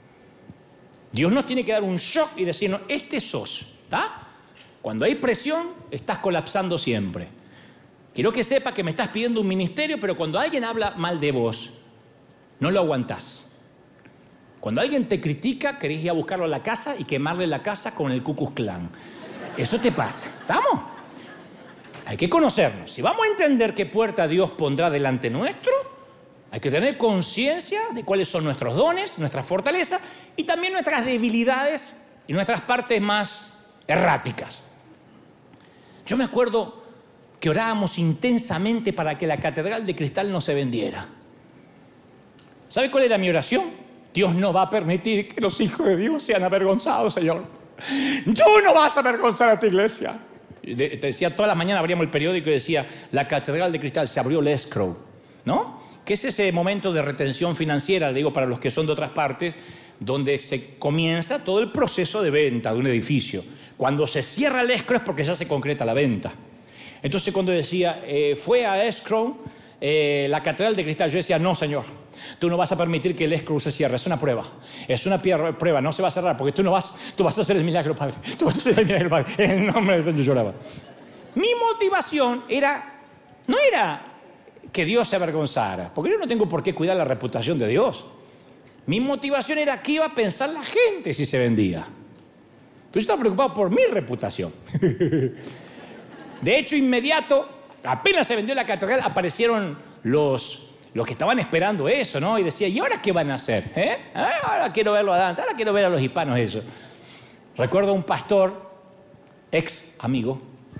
Dios nos tiene que dar un shock y decirnos, este sos, ¿está? Cuando hay presión, estás colapsando siempre. Quiero que sepa que me estás pidiendo un ministerio, pero cuando alguien habla mal de vos, no lo aguantás. Cuando alguien te critica, querés ir a buscarlo a la casa y quemarle la casa con el Ku Klux Klan. Eso te pasa, ¿estamos? Hay que conocernos. Si vamos a entender qué puerta Dios pondrá delante nuestro, hay que tener conciencia de cuáles son nuestros dones, nuestras fortalezas y también nuestras debilidades y nuestras partes más erráticas. Yo me acuerdo que orábamos intensamente para que la catedral de cristal no se vendiera. ¿Sabe cuál era mi oración? Dios no va a permitir que los hijos de Dios sean avergonzados, Señor. Tú no vas a avergonzar a esta iglesia. Te decía, toda la mañana abríamos el periódico y decía, la catedral de cristal, se abrió el escrow, ¿no? Que es ese momento de retención financiera, digo para los que son de otras partes, donde se comienza todo el proceso de venta de un edificio. Cuando se cierra el escrow es porque ya se concreta la venta. Entonces cuando decía, fue a escrow la catedral de cristal, yo decía, no, Señor, tú no vas a permitir que el escrow se cierre, es una prueba, prueba, no se va a cerrar, porque tú vas a hacer el milagro, Padre, tú vas a hacer el milagro, Padre, en el nombre del Señor. Yo lloraba. Mi motivación no era que Dios se avergonzara, porque yo no tengo por qué cuidar la reputación de Dios. Mi motivación era qué iba a pensar la gente si se vendía. Pero yo estaba preocupado por mi reputación. De hecho, inmediato, apenas se vendió la catedral, aparecieron los que estaban esperando eso, ¿no? Y decía, ¿y ahora qué van a hacer? Ahora quiero verlo a Dante, ahora quiero ver a los hispanos eso. Recuerdo un pastor, ex amigo.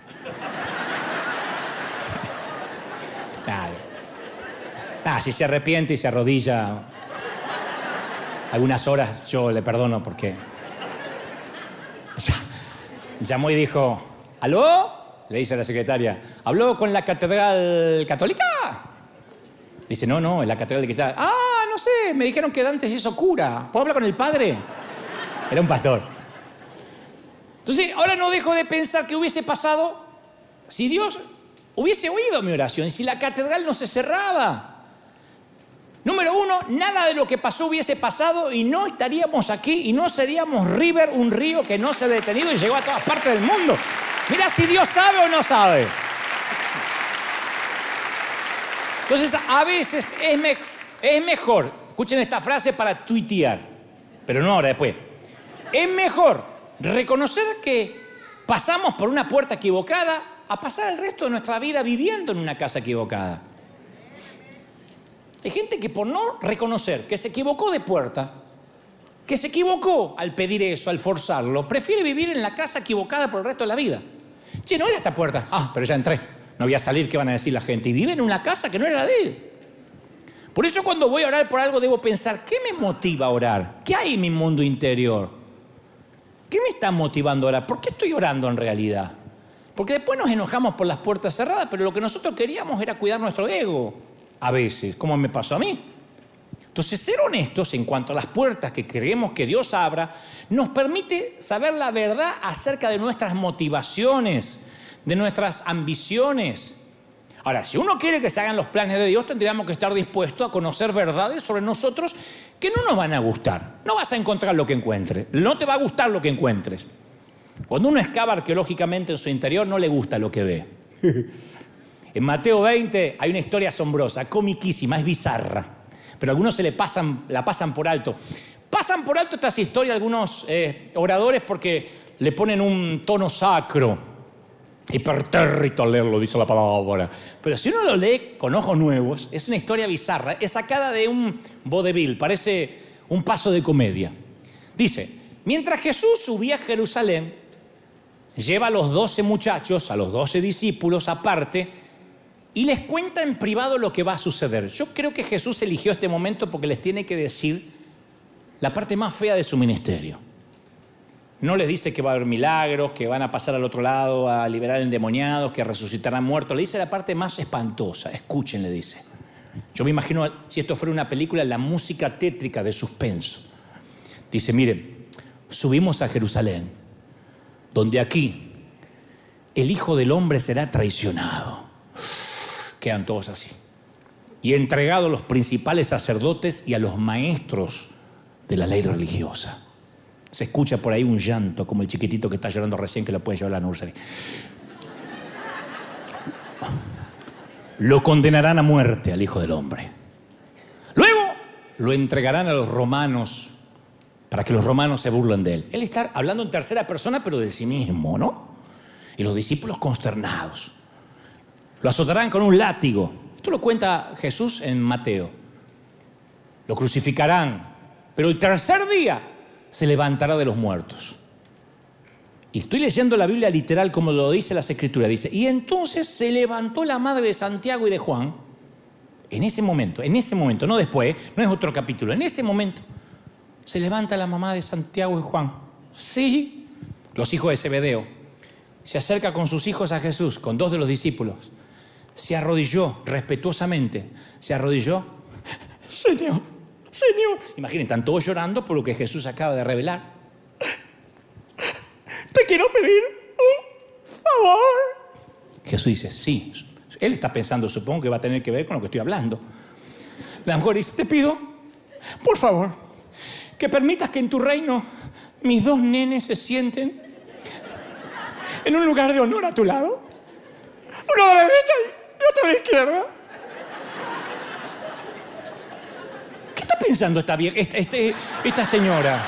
Si se arrepiente y se arrodilla algunas horas, yo le perdono porque... Llamó y dijo, ¿aló? Le dice a la secretaria, ¿habló con la catedral católica? Dice, no, en la catedral de cristal. Ah, no sé, me dijeron que Dante se hizo cura. ¿Puedo hablar con el padre? Era un pastor. Entonces, ahora no dejo de pensar qué hubiese pasado si Dios hubiese oído mi oración, si la catedral no se cerraba. Número uno, nada de lo que pasó hubiese pasado y no estaríamos aquí y no seríamos River, un río que no se ha detenido y llegó a todas partes del mundo. Mira si Dios sabe o no sabe. Entonces, a veces es mejor, escuchen esta frase para tuitear, pero no ahora, después. Es mejor reconocer que pasamos por una puerta equivocada a pasar el resto de nuestra vida viviendo en una casa equivocada. Hay gente que por no reconocer que se equivocó de puerta, que se equivocó al pedir eso, al forzarlo, prefiere vivir en la casa equivocada por el resto de la vida. Che, no era esta puerta. Pero ya entré. No voy a salir, ¿qué van a decir la gente? Y vive en una casa que no era de él. Por eso cuando voy a orar por algo debo pensar, ¿qué me motiva a orar? ¿Qué hay en mi mundo interior? ¿Qué me está motivando a orar? ¿Por qué estoy orando en realidad? Porque después nos enojamos por las puertas cerradas, pero lo que nosotros queríamos era cuidar nuestro ego. A veces, como me pasó a mí. Entonces, ser honestos en cuanto a las puertas que queremos que Dios abra, nos permite saber la verdad acerca de nuestras motivaciones, de nuestras ambiciones. Ahora, si uno quiere que se hagan los planes de Dios, tendríamos que estar dispuestos a conocer verdades sobre nosotros que no nos van a gustar. No vas a encontrar lo que encuentres. No te va a gustar lo que encuentres. Cuando uno excava arqueológicamente en su interior, no le gusta lo que ve. En Mateo 20 hay una historia asombrosa, comiquísima, es bizarra. Pero algunos la pasan por alto. Pasan por alto estas historias algunos oradores porque le ponen un tono sacro, hipertérrito al leerlo, dice la palabra. Pero si uno lo lee con ojos nuevos, es una historia bizarra, es sacada de un vodevil, parece un paso de comedia. Dice, mientras Jesús subía a Jerusalén, lleva a los 12 muchachos, a los 12 discípulos aparte, y les cuenta en privado lo que va a suceder. Yo creo que Jesús eligió este momento porque les tiene que decir la parte más fea de su ministerio. No les dice que va a haber milagros, que van a pasar al otro lado a liberar endemoniados, que resucitarán muertos. Le dice la parte más espantosa. Escuchen, le dice. Yo me imagino, si esto fuera una película, la música tétrica de suspenso. Dice, miren, subimos a Jerusalén, donde aquí el Hijo del Hombre será traicionado. Quedan todos así. Y entregado a los principales sacerdotes y a los maestros de la ley religiosa. Se escucha por ahí un llanto, como el chiquitito que está llorando recién, que lo puede llevar a la nursery. Lo condenarán a muerte al Hijo del Hombre. Luego lo entregarán a los romanos para que los romanos se burlen de él. Él está hablando en tercera persona, pero de sí mismo, ¿no? Y los discípulos consternados. Lo azotarán con un látigo. Esto lo cuenta Jesús en Mateo. Lo crucificarán, pero el tercer día se levantará de los muertos. Y estoy leyendo la Biblia literal como lo dice las Escrituras. Dice, y entonces se levantó la madre de Santiago y de Juan. En ese momento, no después, no es otro capítulo. En ese momento se levanta la mamá de Santiago y Juan. Sí, los hijos de Zebedeo. Se acerca con sus hijos a Jesús, con 2 de los discípulos. Se arrodilló respetuosamente. Se arrodilló. Señor. Imaginen, están todos llorando por lo que Jesús acaba de revelar. Te quiero pedir un favor. Jesús dice, sí. Él está pensando, supongo que va a tener que ver con lo que estoy hablando. La mujer dice, te pido, por favor, que permitas que en tu reino mis 2 nenes se sienten en un lugar de honor a tu lado. Uno a la derecha y otro a la izquierda. ¿Qué está pensando esta señora?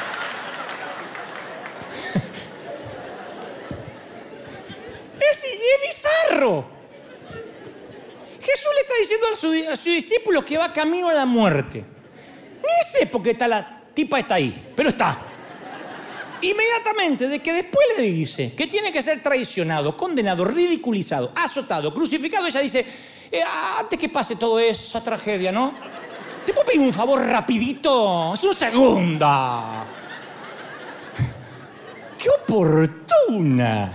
Es bizarro. Jesús le está diciendo a sus discípulos que va camino a la muerte. Ni sé por qué la tipa está ahí, pero está. Inmediatamente, de que después le dice que tiene que ser traicionado, condenado, ridiculizado, azotado, crucificado, ella dice, antes que pase toda esa tragedia, ¿no? ¿Te puedo pedir un favor rapidito? Es un segundo. ¡Qué oportuna!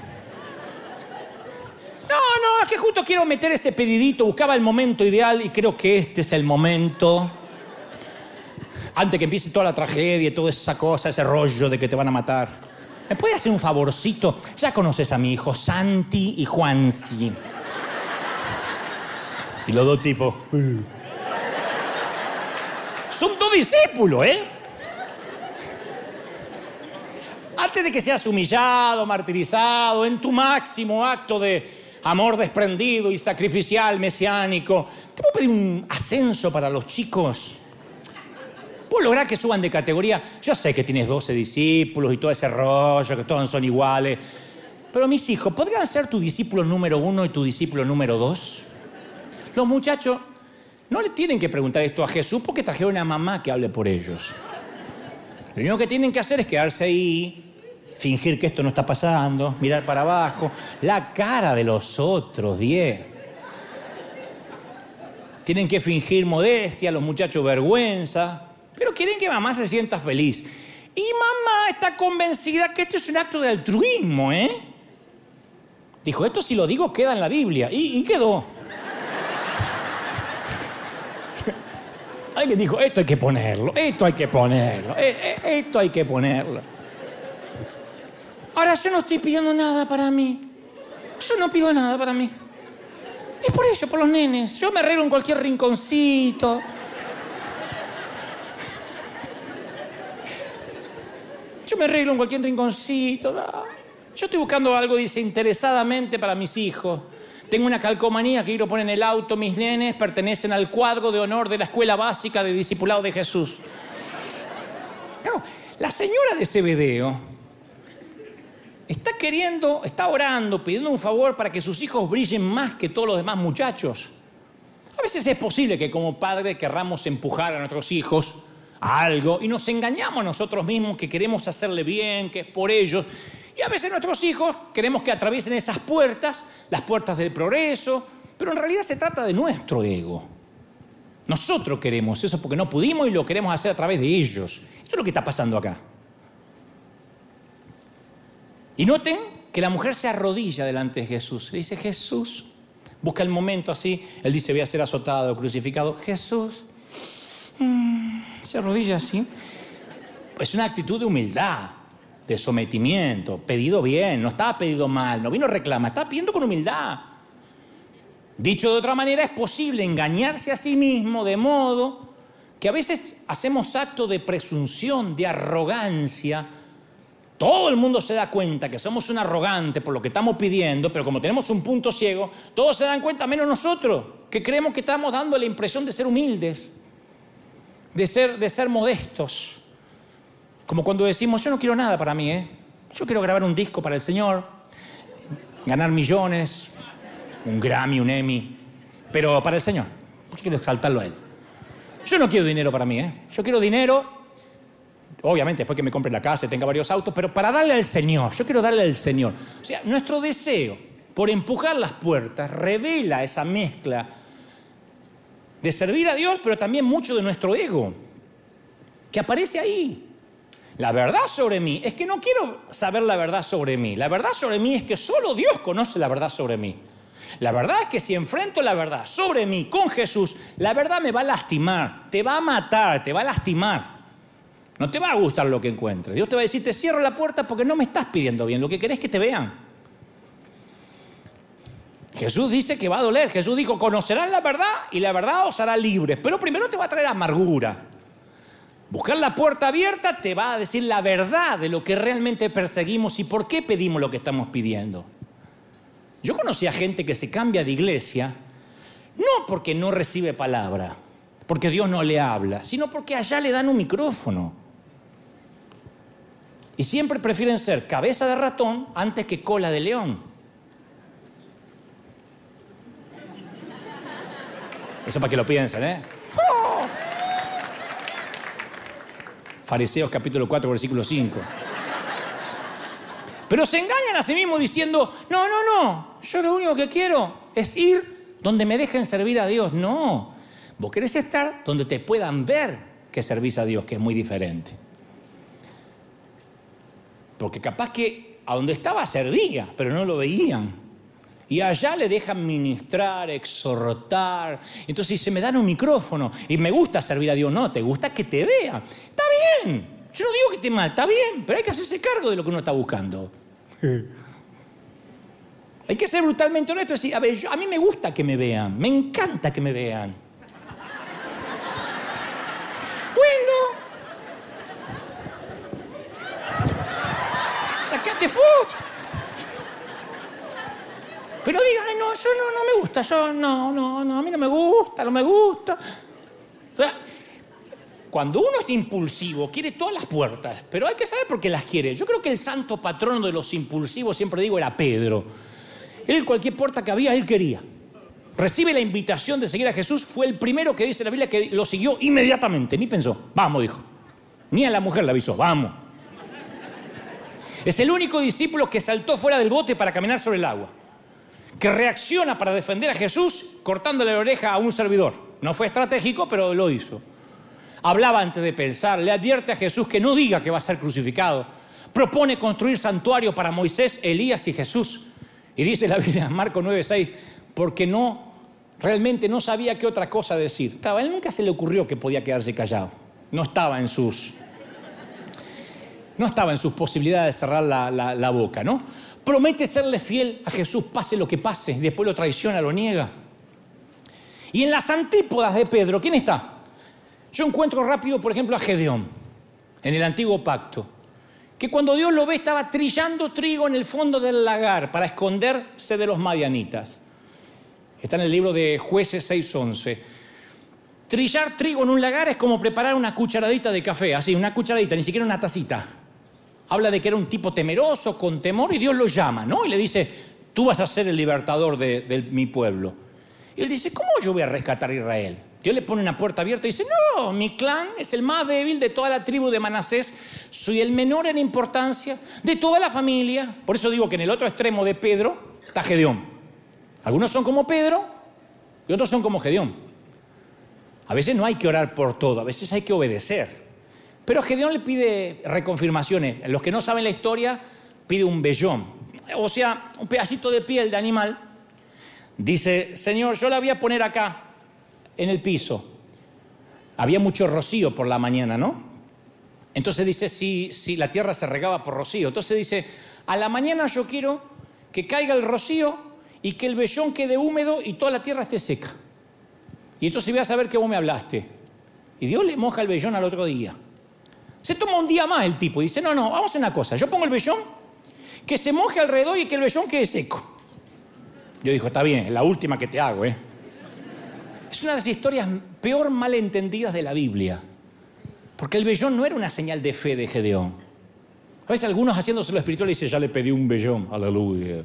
No, es que justo quiero meter ese pedidito, buscaba el momento ideal y creo que este es el momento. Antes que empiece toda la tragedia y toda esa cosa, ese rollo de que te van a matar. ¿Me puede hacer un favorcito? Ya conoces a mi hijo, Santi y Juanci. Y los 2 tipos. Son 2 discípulos, ¿eh? Antes de que seas humillado, martirizado, en tu máximo acto de amor desprendido y sacrificial, mesiánico, ¿te puedo pedir un ascenso para los chicos? ¿Puedo lograr que suban de categoría? Yo sé que tienes 12 discípulos y todo ese rollo, que todos son iguales. Pero mis hijos, ¿podrían ser tu discípulo número 1 y tu discípulo número 2? Los muchachos no le tienen que preguntar esto a Jesús porque trajeron a mamá que hable por ellos. Lo único que tienen que hacer es quedarse ahí, fingir que esto no está pasando, mirar para abajo, la cara de los otros 10. Tienen que fingir modestia, los muchachos vergüenza, pero quieren que mamá se sienta feliz. Y mamá está convencida que esto es un acto de altruismo, ¿eh? Dijo, esto si lo digo queda en la Biblia. Y quedó. Alguien dijo, esto hay que ponerlo. Ahora yo no estoy pidiendo nada para mí. Yo no pido nada para mí. Es por ello, por los nenes. Yo me arreglo en cualquier rinconcito. Yo estoy buscando algo desinteresadamente para mis hijos. Tengo una calcomanía que quiero poner en el auto. Mis nenes pertenecen al cuadro de honor de la escuela básica de discipulado de Jesús. Claro, la señora de Zebedeo está orando, pidiendo un favor para que sus hijos brillen más que todos los demás muchachos. A veces es posible que como padres querramos empujar a nuestros hijos a algo y nos engañamos a nosotros mismos que queremos hacerle bien, que es por ellos. Y a veces nuestros hijos queremos que atraviesen esas puertas, las puertas del progreso, pero en realidad se trata de nuestro ego. Nosotros queremos eso porque no pudimos y lo queremos hacer a través de ellos. Esto es lo que está pasando acá. Y noten que la mujer se arrodilla delante de Jesús. Le dice, Jesús, busca el momento así. Él dice, voy a ser azotado, crucificado. Jesús, se arrodilla así. Es una actitud de humildad, de sometimiento, pedido bien, no estaba pedido mal, no vino a reclamar, estaba pidiendo con humildad. Dicho de otra manera, es posible engañarse a sí mismo de modo que a veces hacemos actos de presunción, de arrogancia. Todo el mundo se da cuenta que somos un arrogante por lo que estamos pidiendo, pero como tenemos un punto ciego, todos se dan cuenta menos nosotros, que creemos que estamos dando la impresión de ser humildes, de ser modestos. Como cuando decimos, yo no quiero nada para mí, yo quiero grabar un disco para el Señor, ganar millones, un Grammy, un Emmy, pero para el Señor. Yo quiero exaltarlo a Él. Yo no quiero dinero para mí, yo quiero dinero Obviamente, después que me compre la casa y tenga varios autos, pero para darle al Señor. Yo quiero darle al Señor. O sea, nuestro deseo por empujar las puertas revela esa mezcla de servir a Dios, pero también mucho de nuestro ego, que aparece ahí. La verdad sobre mí es que no quiero saber la verdad sobre mí. La verdad sobre mí es que solo Dios conoce la verdad sobre mí. La verdad es que si enfrento la verdad sobre mí con Jesús, la verdad me va a lastimar, te va a matar, te va a lastimar. No te va a gustar lo que encuentres. Dios te va a decir, te cierro la puerta porque no me estás pidiendo bien. Lo que querés es que te vean. Jesús dice que va a doler. Jesús dijo, conocerán la verdad y la verdad os hará libres. Pero primero te va a traer amargura. Buscar la puerta abierta te va a decir la verdad de lo que realmente perseguimos y por qué pedimos lo que estamos pidiendo. Yo conocí a gente que se cambia de iglesia, no porque no recibe palabra, porque Dios no le habla, sino porque allá le dan un micrófono. Y siempre prefieren ser cabeza de ratón antes que cola de león. Eso para que lo piensen, ¿eh? ¡Oh! Fariseos capítulo 4, versículo 5. Pero se engañan a sí mismos diciendo, no, yo lo único que quiero es ir donde me dejen servir a Dios. No, vos querés estar donde te puedan ver que servís a Dios, que es muy diferente. Porque capaz que a donde estaba servía, pero no lo veían. Y allá le dejan ministrar, exhortar. Entonces dice, me dan un micrófono y me gusta servir a Dios. No, te gusta que te vean. Está bien. Yo no digo que esté mal, está bien, pero hay que hacerse cargo de lo que uno está buscando. Hay que ser brutalmente honesto y decir, a ver, a mí me gusta que me vean, me encanta que me vean. Bueno, sacate foto. Pero digan, ay, no, yo no me gusta, a mí no me gusta. O sea, cuando uno es impulsivo, quiere todas las puertas, pero hay que saber por qué las quiere. Yo creo que el santo patrono de los impulsivos, siempre digo, era Pedro. Él, cualquier puerta que había, él quería. Recibe la invitación de seguir a Jesús, fue el primero que dice la Biblia que lo siguió inmediatamente, ni pensó. Vamos, dijo. Ni a la mujer le avisó, vamos. Es el único discípulo que saltó fuera del bote para caminar sobre el agua, que reacciona para defender a Jesús cortándole la oreja a un servidor. No fue estratégico, pero lo hizo. Hablaba antes de pensar, le advierte a Jesús que no diga que va a ser crucificado. Propone construir santuario para Moisés, Elías y Jesús. Y dice la Biblia, Marcos 9:6, porque realmente no sabía qué otra cosa decir. Claro, a él nunca se le ocurrió que podía quedarse callado. No estaba en sus posibilidades de cerrar la boca, ¿no? Promete serle fiel a Jesús, pase lo que pase, después lo traiciona, lo niega. Y en las antípodas de Pedro, ¿quién está? Yo encuentro rápido, por ejemplo, a Gedeón, en el antiguo pacto, que cuando Dios lo ve estaba trillando trigo en el fondo del lagar para esconderse de los madianitas. Está en el libro de Jueces 6:11. Trillar trigo en un lagar es como preparar una cucharadita de café, así, una cucharadita, ni siquiera una tacita. Habla de que era un tipo temeroso, con temor, y Dios lo llama, ¿no? Y le dice, tú vas a ser el libertador de mi pueblo. Y él dice, ¿cómo yo voy a rescatar a Israel? Dios le pone una puerta abierta y dice, no, mi clan es el más débil de toda la tribu de Manasés, soy el menor en importancia de toda la familia. Por eso digo que en el otro extremo de Pedro está Gedeón. Algunos son como Pedro y otros son como Gedeón. A veces no hay que orar por todo, a veces hay que obedecer. Pero Gedeón le pide reconfirmaciones. Los que no saben la historia, pide un vellón, o sea, un pedacito de piel de animal. Dice, Señor, yo la voy a poner acá, en el piso. Había mucho rocío por la mañana, ¿no? Entonces dice, si la tierra se regaba por rocío. Entonces dice, a la mañana yo quiero que caiga el rocío y que el vellón quede húmedo y toda la tierra esté seca. Y entonces voy a saber que vos me hablaste. Y Dios le moja el vellón al otro día. Se toma un día más el tipo y dice, no, vamos a hacer una cosa. Yo pongo el vellón, que se moje alrededor y que el vellón quede seco. Yo digo, está bien, es la última que te hago, ¿eh? Es una de las historias peor malentendidas de la Biblia. Porque el vellón no era una señal de fe de Gedeón. A veces algunos haciéndose lo espiritual dicen, ya le pedí un vellón, aleluya.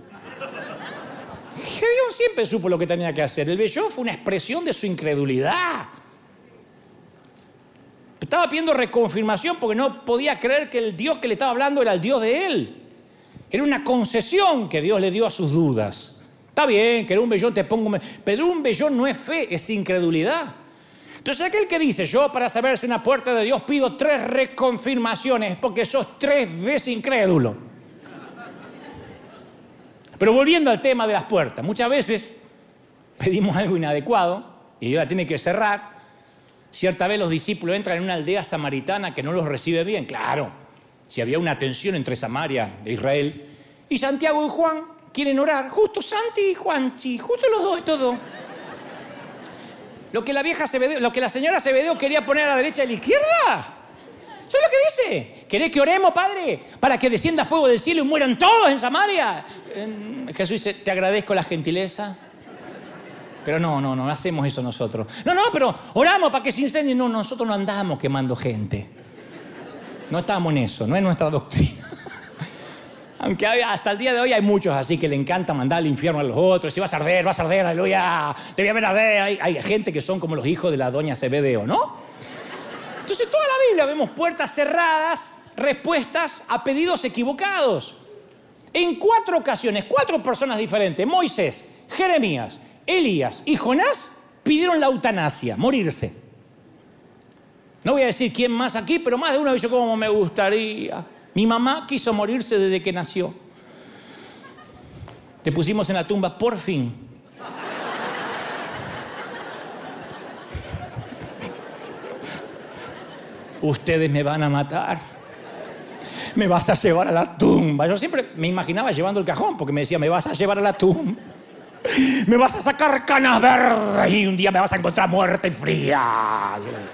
Gedeón siempre supo lo que tenía que hacer. El vellón fue una expresión de su incredulidad. Estaba pidiendo reconfirmación porque no podía creer que el Dios que le estaba hablando era el Dios de él. Era una concesión que Dios le dio a sus dudas. Está bien, que era un vellón, te pongo... Pero un vellón no es fe, es incredulidad. Entonces aquel que dice, yo para saber si una puerta de Dios pido 3 reconfirmaciones, porque sos 3 veces incrédulo. Pero volviendo al tema de las puertas, muchas veces pedimos algo inadecuado y Dios la tiene que cerrar. Cierta vez los discípulos entran en una aldea samaritana que no los recibe bien. Claro, si había una tensión entre Samaria de Israel y Santiago y Juan quieren orar. Justo Santi y Juanchi, justo los dos y todo. Lo que la señora Zebedeo quería poner a la derecha y a la izquierda. ¿Sabes lo que dice? ¿Querés que oremos, Padre, para que descienda fuego del cielo y mueran todos en Samaria? Jesús dice, te agradezco la gentileza. Pero no hacemos eso nosotros. No, pero oramos para que se incendie. No, nosotros no andamos quemando gente. No estamos en eso, no es nuestra doctrina. Aunque hasta el día de hoy hay muchos así que le encanta mandar al infierno a los otros. Si vas a arder, aleluya, te voy a ver arder. Hay gente que son como los hijos de la doña Zebedeo, ¿no? Entonces toda la Biblia vemos puertas cerradas, respuestas a pedidos equivocados. En 4 ocasiones, 4 personas diferentes, Moisés, Jeremías, Elías y Jonás pidieron la eutanasia, morirse. No voy a decir quién más aquí, pero más de uno dice cómo me gustaría. Mi mamá quiso morirse desde que nació. Te pusimos en la tumba, por fin. Ustedes me van a matar. Me vas a llevar a la tumba. Yo siempre me imaginaba llevando el cajón, porque me decía, me vas a llevar a la tumba. Me vas a sacar canas verdes y un día me vas a encontrar muerta y fría.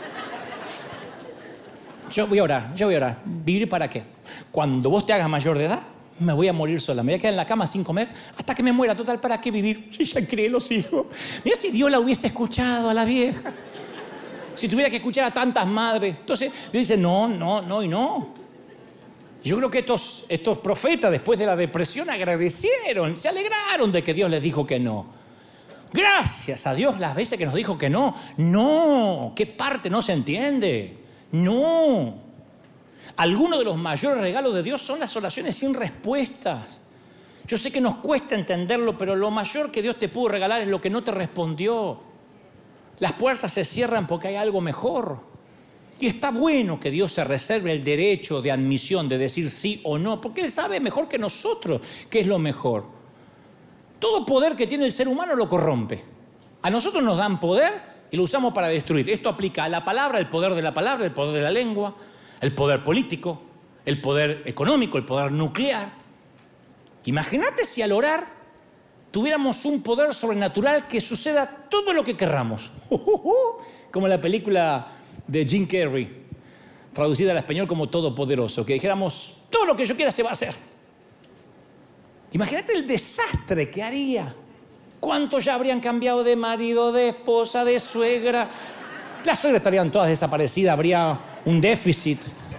Yo voy a orar. ¿Vivir para qué? Cuando vos te hagas mayor de edad, me voy a morir sola. Me voy a quedar en la cama sin comer hasta que me muera. Total, ¿para qué vivir? Si ya crié los hijos. Mira si Dios la hubiese escuchado a la vieja. Si tuviera que escuchar a tantas madres. Entonces, Dios dice, no. Yo creo que estos profetas, después de la depresión, agradecieron, se alegraron de que Dios les dijo que no. Gracias a Dios las veces que nos dijo que no. No, ¿qué parte no se entiende? No. Algunos de los mayores regalos de Dios son las oraciones sin respuestas. Yo sé que nos cuesta entenderlo, pero lo mayor que Dios te pudo regalar es lo que no te respondió. Las puertas se cierran porque hay algo mejor. Y está bueno que Dios se reserve el derecho de admisión, de decir sí o no, porque Él sabe mejor que nosotros qué es lo mejor. Todo poder que tiene el ser humano lo corrompe. A nosotros nos dan poder y lo usamos para destruir. Esto aplica a la palabra, el poder de la palabra, el poder de la lengua, el poder político, el poder económico, el poder nuclear. Imagínate si al orar tuviéramos un poder sobrenatural que suceda todo lo que querramos. Como la película de Jim Carrey, traducida al español como Todopoderoso, que dijéramos, todo lo que yo quiera se va a hacer. Imagínate el desastre que haría. ¿Cuántos ya habrían cambiado de marido, de esposa, de suegra? Las suegras estarían todas desaparecidas, habría un déficit.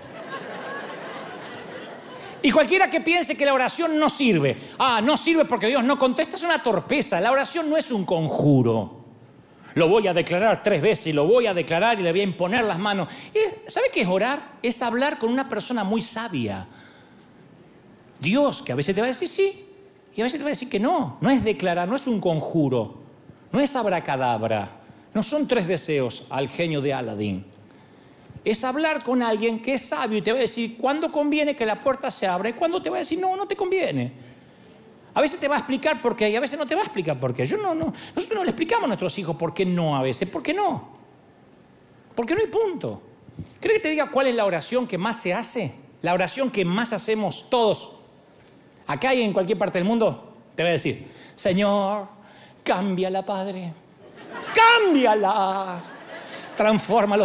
Y cualquiera que piense que la oración no sirve, no sirve porque Dios no contesta, es una torpeza. La oración no es un conjuro. Lo voy a declarar 3 veces y lo voy a declarar y le voy a imponer las manos. ¿Sabe qué es orar? Es hablar con una persona muy sabia. Dios, que a veces te va a decir sí y a veces te va a decir que no. No es declarar, no es un conjuro, no es abracadabra, no son 3 deseos al genio de Aladín. Es hablar con alguien que es sabio y te va a decir cuándo conviene que la puerta se abra y cuándo te va a decir no te conviene. A veces te va a explicar por qué y a veces no te va a explicar por qué. Nosotros no le explicamos a nuestros hijos por qué no a veces. ¿Por qué no? Porque no hay punto. ¿Crees que te diga cuál es la oración que más se hace? La oración que más hacemos todos. Acá y en cualquier parte del mundo te va a decir, Señor, cámbiala, Padre. Cámbiala. Transfórmalo.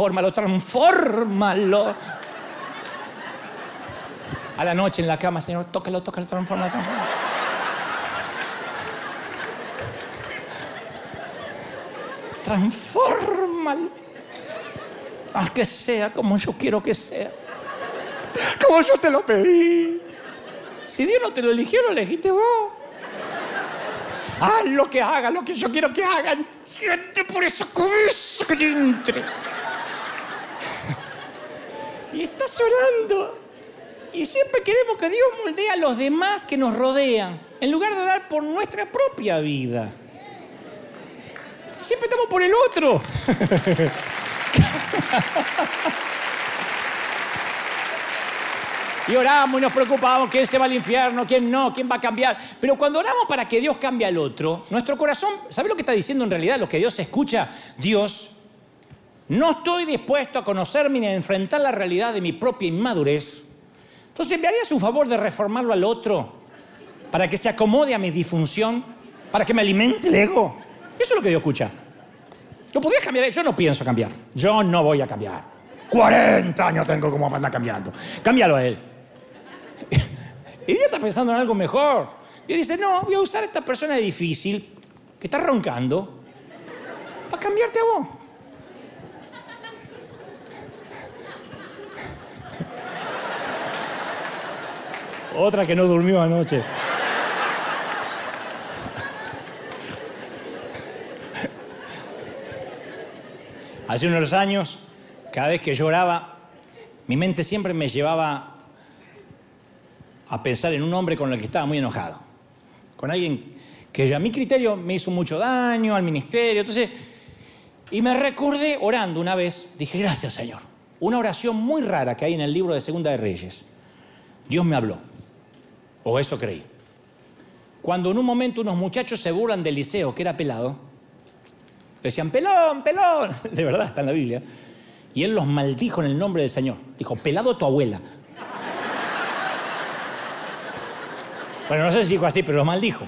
A la noche en la cama, Señor, tócalo, transfórmalo. Transfórmalo. Haz que sea como yo quiero que sea. Como yo te lo pedí. Si Dios no te lo eligió, lo elegiste vos. Haz lo que haga, lo que yo quiero que hagan. Siente por esa cabeza que te entre. Y estás orando. Y siempre queremos que Dios moldee a los demás que nos rodean, en lugar de orar por nuestra propia vida. Siempre estamos por el otro. Y oramos y nos preocupamos, quién se va al infierno, quién no, quién va a cambiar. Pero cuando oramos para que Dios cambie al otro, nuestro corazón, ¿sabe lo que está diciendo en realidad? Lo que Dios escucha. Dios, no estoy dispuesto a conocerme ni a enfrentar la realidad de mi propia inmadurez. Entonces, ¿me harías un favor de reformarlo al otro para que se acomode a mi disfunción? ¿Para que me alimente el ego? Eso es lo que Dios escucha. ¿Lo podías cambiar? Yo no pienso cambiar. Yo no voy a cambiar. 40 años tengo como para andar cambiando. Cámbialo a él. Y Dios está pensando en algo mejor. Dios dice, no, voy a usar a esta persona difícil que está roncando para cambiarte a vos. Otra que no durmió anoche. Hace unos años, cada vez que lloraba, mi mente siempre me llevaba a pensar en un hombre con el que estaba muy enojado. Con alguien que a mi criterio me hizo mucho daño, al ministerio. Entonces, y me recordé orando una vez, dije, gracias Señor. Una oración muy rara que hay en el libro de Segunda de Reyes. Dios me habló. O eso creí. Cuando en un momento unos muchachos se burlan de Eliseo, que era pelado, decían, pelón, pelón. De verdad, está en la Biblia. Y él los maldijo en el nombre del Señor. Dijo, pelado tu abuela. Bueno, no sé si dijo así, pero los maldijo.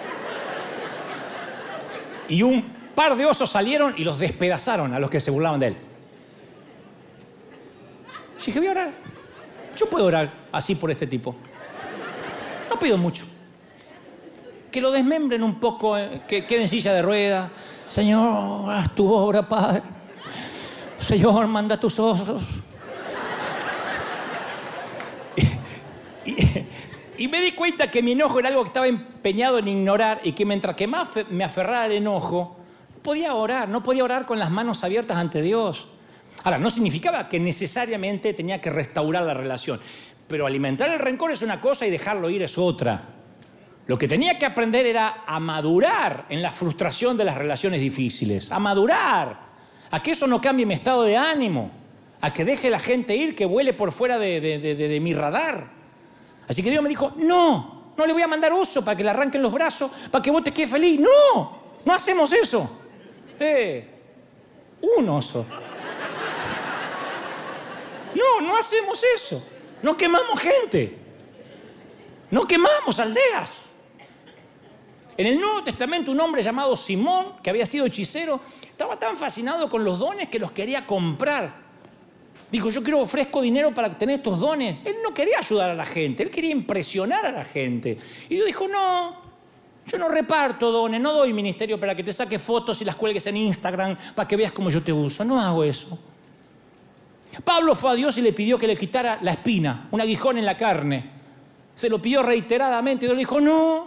Y un par de osos salieron y los despedazaron a los que se burlaban de él. Y dije, voy a orar. Yo puedo orar así por este tipo. No pido mucho. Que lo desmembren un poco, que quede en silla de ruedas. Señor, haz tu obra, Padre. Señor, manda tus osos. Y me di cuenta que mi enojo era algo que estaba empeñado en ignorar y que mientras que más me aferrara al enojo, no podía orar con las manos abiertas ante Dios. Ahora, no significaba que necesariamente tenía que restaurar la relación, pero alimentar el rencor es una cosa y dejarlo ir es otra. Lo que tenía que aprender era a madurar en la frustración de las relaciones difíciles, a madurar, a que eso no cambie mi estado de ánimo, a que deje la gente ir, que vuele por fuera de mi radar. Así que Dios me dijo, no le voy a mandar oso para que le arranquen los brazos, para que vos te quedes feliz. No hacemos eso. Un oso. No hacemos eso. No quemamos gente. No quemamos aldeas. En el Nuevo Testamento un hombre llamado Simón, que había sido hechicero, estaba tan fascinado con los dones que los quería comprar. Dijo, yo quiero ofrezco dinero para tener estos dones. Él no quería ayudar a la gente, él quería impresionar a la gente. Y Dios dijo, no, yo no reparto dones, no doy ministerio para que te saques fotos y las cuelgues en Instagram para que veas cómo yo te uso. No hago eso. Pablo fue a Dios y le pidió que le quitara la espina, un aguijón en la carne. Se lo pidió reiteradamente y Dios le dijo,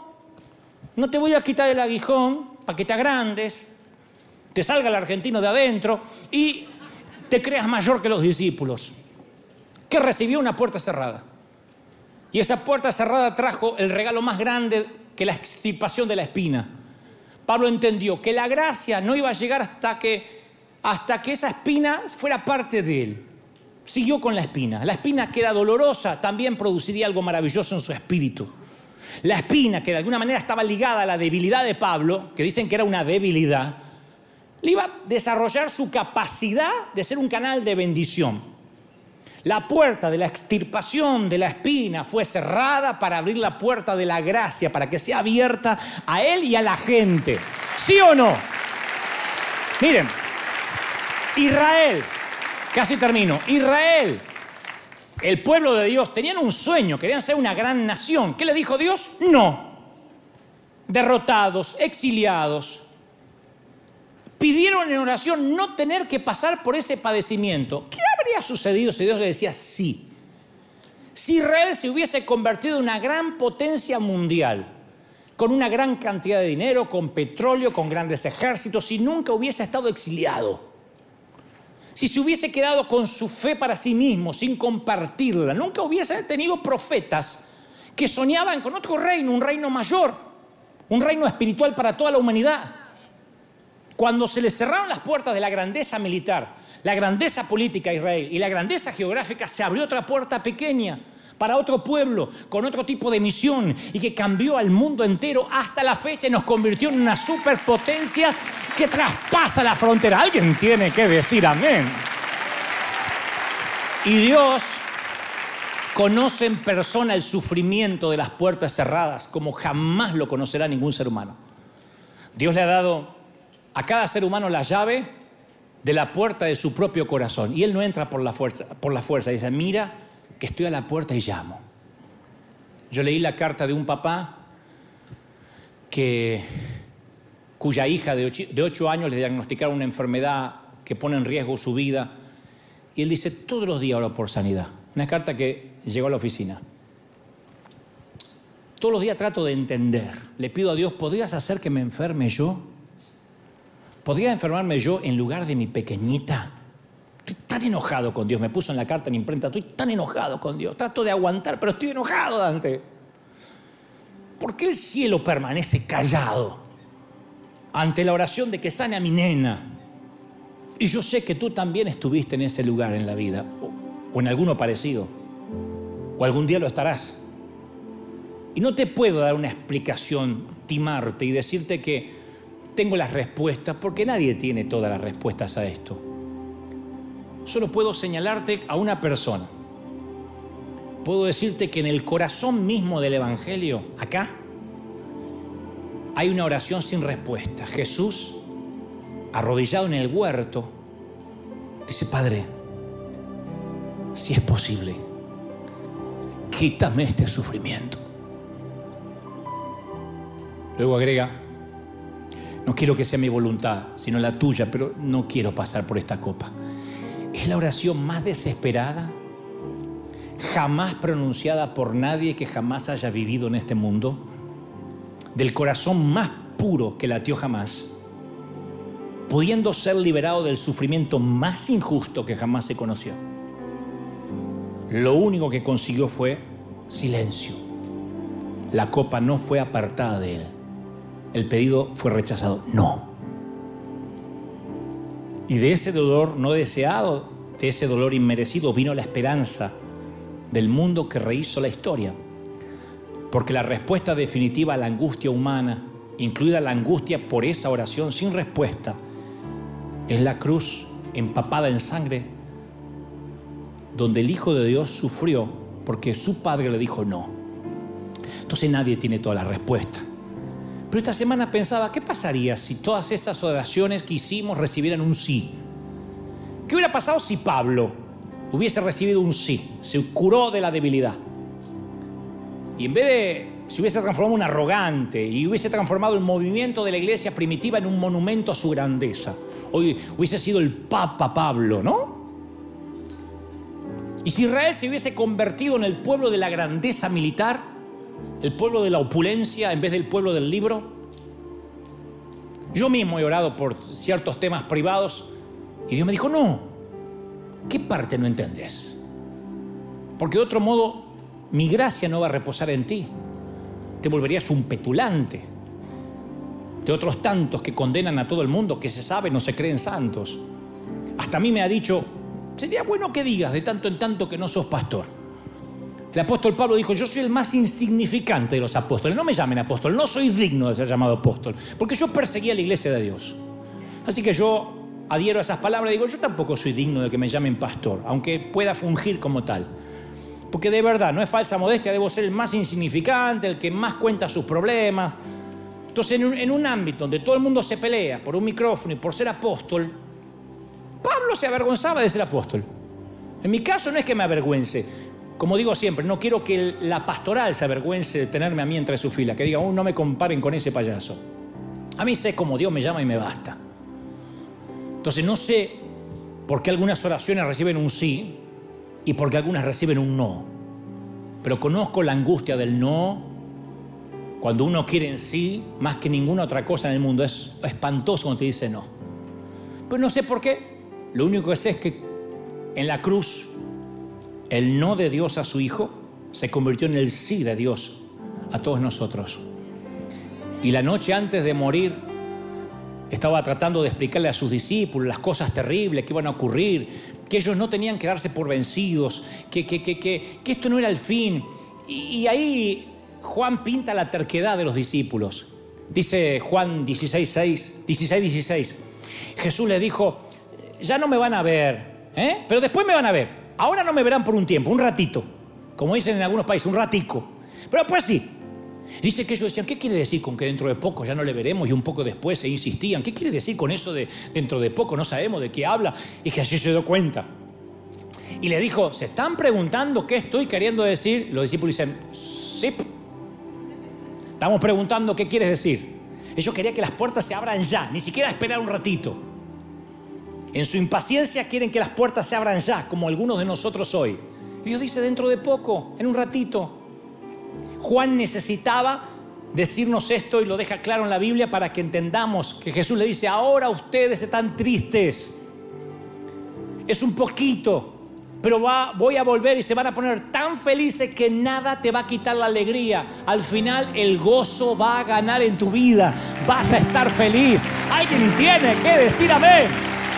no te voy a quitar el aguijón para que te agrandes, te salga el argentino de adentro y te creas mayor que los discípulos. Que recibió una puerta cerrada. Y esa puerta cerrada trajo el regalo más grande que la extirpación de la espina. Pablo entendió que la gracia no iba a llegar hasta que esa espina fuera parte de él. Siguió con la espina. La espina, que era dolorosa, también produciría algo maravilloso en su espíritu. La espina, que de alguna manera estaba ligada a la debilidad de Pablo, que dicen que era una debilidad, le iba a desarrollar su capacidad de ser un canal de bendición. La puerta de la extirpación de la espina fue cerrada para abrir la puerta de la gracia, para que sea abierta a él y a la gente. ¿Sí o no? Miren, Israel, casi termino, Israel, el pueblo de Dios, tenían un sueño, querían ser una gran nación. ¿Qué le dijo Dios? No. Derrotados, exiliados. Pidieron en oración no tener que pasar por ese padecimiento. ¿Qué habría sucedido si Dios le decía sí? Si Israel se hubiese convertido en una gran potencia mundial, con una gran cantidad de dinero, con petróleo, con grandes ejércitos, si nunca hubiese estado exiliado. si se hubiese quedado con su fe para sí mismo, sin compartirla, nunca hubiese tenido profetas que soñaban con otro reino, un reino mayor, un reino espiritual para toda la humanidad. Cuando se le cerraron las puertas de la grandeza militar, la grandeza política a Israel y la grandeza geográfica, se abrió otra puerta pequeña para otro pueblo, con otro tipo de misión, y que cambió al mundo entero hasta la fecha y nos convirtió en una superpotencia que traspasa la frontera. Alguien tiene que decir amén. Y Dios conoce en persona el sufrimiento de las puertas cerradas como jamás lo conocerá ningún ser humano. Dios le ha dado a cada ser humano la llave de la puerta de su propio corazón. Y Él no entra por la fuerza. Dice, mira que estoy a la puerta y llamo. Yo leí la carta de un papá cuya hija de 8 años le diagnosticaron una enfermedad que pone en riesgo su vida. Y él dice, todos los días oro por sanidad. Una carta que llegó a la oficina. Todos los días trato de entender. Le pido a Dios, ¿podrías hacer que me enferme yo? ¿Podría enfermarme yo en lugar de mi pequeñita? Estoy tan enojado con Dios. Me puso en la carta en imprenta, estoy tan enojado con Dios. Trato de aguantar, pero estoy enojado, Dante. ¿Por qué el cielo permanece callado ante la oración de que sane a mi nena? Y yo sé que tú también estuviste en ese lugar en la vida, o en alguno parecido, o algún día lo estarás. Y no te puedo dar una explicación, timarte y decirte que tengo las respuestas, porque nadie tiene todas las respuestas a esto. Solo puedo señalarte a una persona. Puedo decirte que en el corazón mismo del Evangelio, acá, hay una oración sin respuesta. Jesús, arrodillado en el huerto, dice, Padre, si es posible, quítame este sufrimiento. Luego agrega, no quiero que sea mi voluntad, sino la tuya, pero no quiero pasar por esta copa. Es la oración más desesperada jamás pronunciada por nadie que jamás haya vivido en este mundo, del corazón más puro que latió jamás, pudiendo ser liberado del sufrimiento más injusto que jamás se conoció. Lo único que consiguió fue silencio. La copa no fue apartada de él. El pedido fue rechazado. No. Y de ese dolor no deseado, de ese dolor inmerecido, vino la esperanza del mundo que rehizo la historia. Porque la respuesta definitiva a la angustia humana, incluida la angustia por esa oración sin respuesta, es la cruz empapada en sangre, donde el Hijo de Dios sufrió porque su Padre le dijo no. Entonces nadie tiene toda la respuesta. Pero esta semana pensaba, ¿qué pasaría si todas esas oraciones que hicimos recibieran un sí? ¿Qué hubiera pasado si Pablo hubiese recibido un sí? Se curó de la debilidad. Y en vez de, se hubiese transformado en un arrogante y hubiese transformado el movimiento de la iglesia primitiva en un monumento a su grandeza. Hoy hubiese sido el Papa Pablo, ¿no? Y si Israel se hubiese convertido en el pueblo de la grandeza militar, el pueblo de la opulencia en vez del pueblo del libro. Yo mismo he orado por ciertos temas privados y Dios me dijo, no, ¿qué parte no entendés? Porque de otro modo mi gracia no va a reposar en ti. Te volverías un petulante de otros tantos que condenan a todo el mundo, que se sabe no se creen santos. Hasta a mí me ha dicho, sería bueno que digas de tanto en tanto que no sos pastor. El apóstol Pablo dijo, yo soy el más insignificante de los apóstoles. No me llamen apóstol, no soy digno de ser llamado apóstol, porque yo perseguía la iglesia de Dios. Así que yo adhiero a esas palabras y digo, yo tampoco soy digno de que me llamen pastor, aunque pueda fungir como tal. Porque de verdad, no es falsa modestia, debo ser el más insignificante, el que más cuenta sus problemas. Entonces, en un ámbito donde todo el mundo se pelea por un micrófono y por ser apóstol, Pablo se avergonzaba de ser apóstol. En mi caso no es que me avergüence. Como digo siempre, no quiero que la pastoral se avergüence de tenerme a mí entre sus filas, que diga, no me comparen con ese payaso. A mí sé cómo Dios me llama y me basta. Entonces no sé por qué algunas oraciones reciben un sí y por qué algunas reciben un no. Pero conozco la angustia del no cuando uno quiere en sí más que ninguna otra cosa en el mundo. Es espantoso cuando te dice no. Pues no sé por qué. Lo único que sé es que en la cruz, el no de Dios a su Hijo se convirtió en el sí de Dios a todos nosotros. Y la noche antes de morir, estaba tratando de explicarle a sus discípulos las cosas terribles que iban a ocurrir, que ellos no tenían que darse por vencidos, que esto no era el fin. Y ahí Juan pinta la terquedad de los discípulos. Dice Juan 16:16. Jesús les dijo, ya no me van a ver, pero después me van a ver. Ahora no me verán por un tiempo, un ratito. Como dicen en algunos países, un ratico. Pero después sí. Dice que ellos decían, ¿qué quiere decir con que dentro de poco ya no le veremos? Y un poco después se insistían, ¿qué quiere decir con eso de dentro de poco? No sabemos de qué habla. Y Jesús se dio cuenta. Y le dijo, ¿se están preguntando qué estoy queriendo decir? Los discípulos dicen, sí. Estamos preguntando qué quieres decir. Ellos querían que las puertas se abran ya, ni siquiera esperar un ratito. En su impaciencia quieren que las puertas se abran ya, como algunos de nosotros hoy. Y Dios dice, dentro de poco, en un ratito. Juan necesitaba decirnos esto y lo deja claro en la Biblia para que entendamos que Jesús le dice, ahora ustedes están tristes. Es un poquito, pero voy a volver y se van a poner tan felices que nada te va a quitar la alegría. Al final el gozo va a ganar en tu vida. Vas a estar feliz. Alguien tiene que decir amén.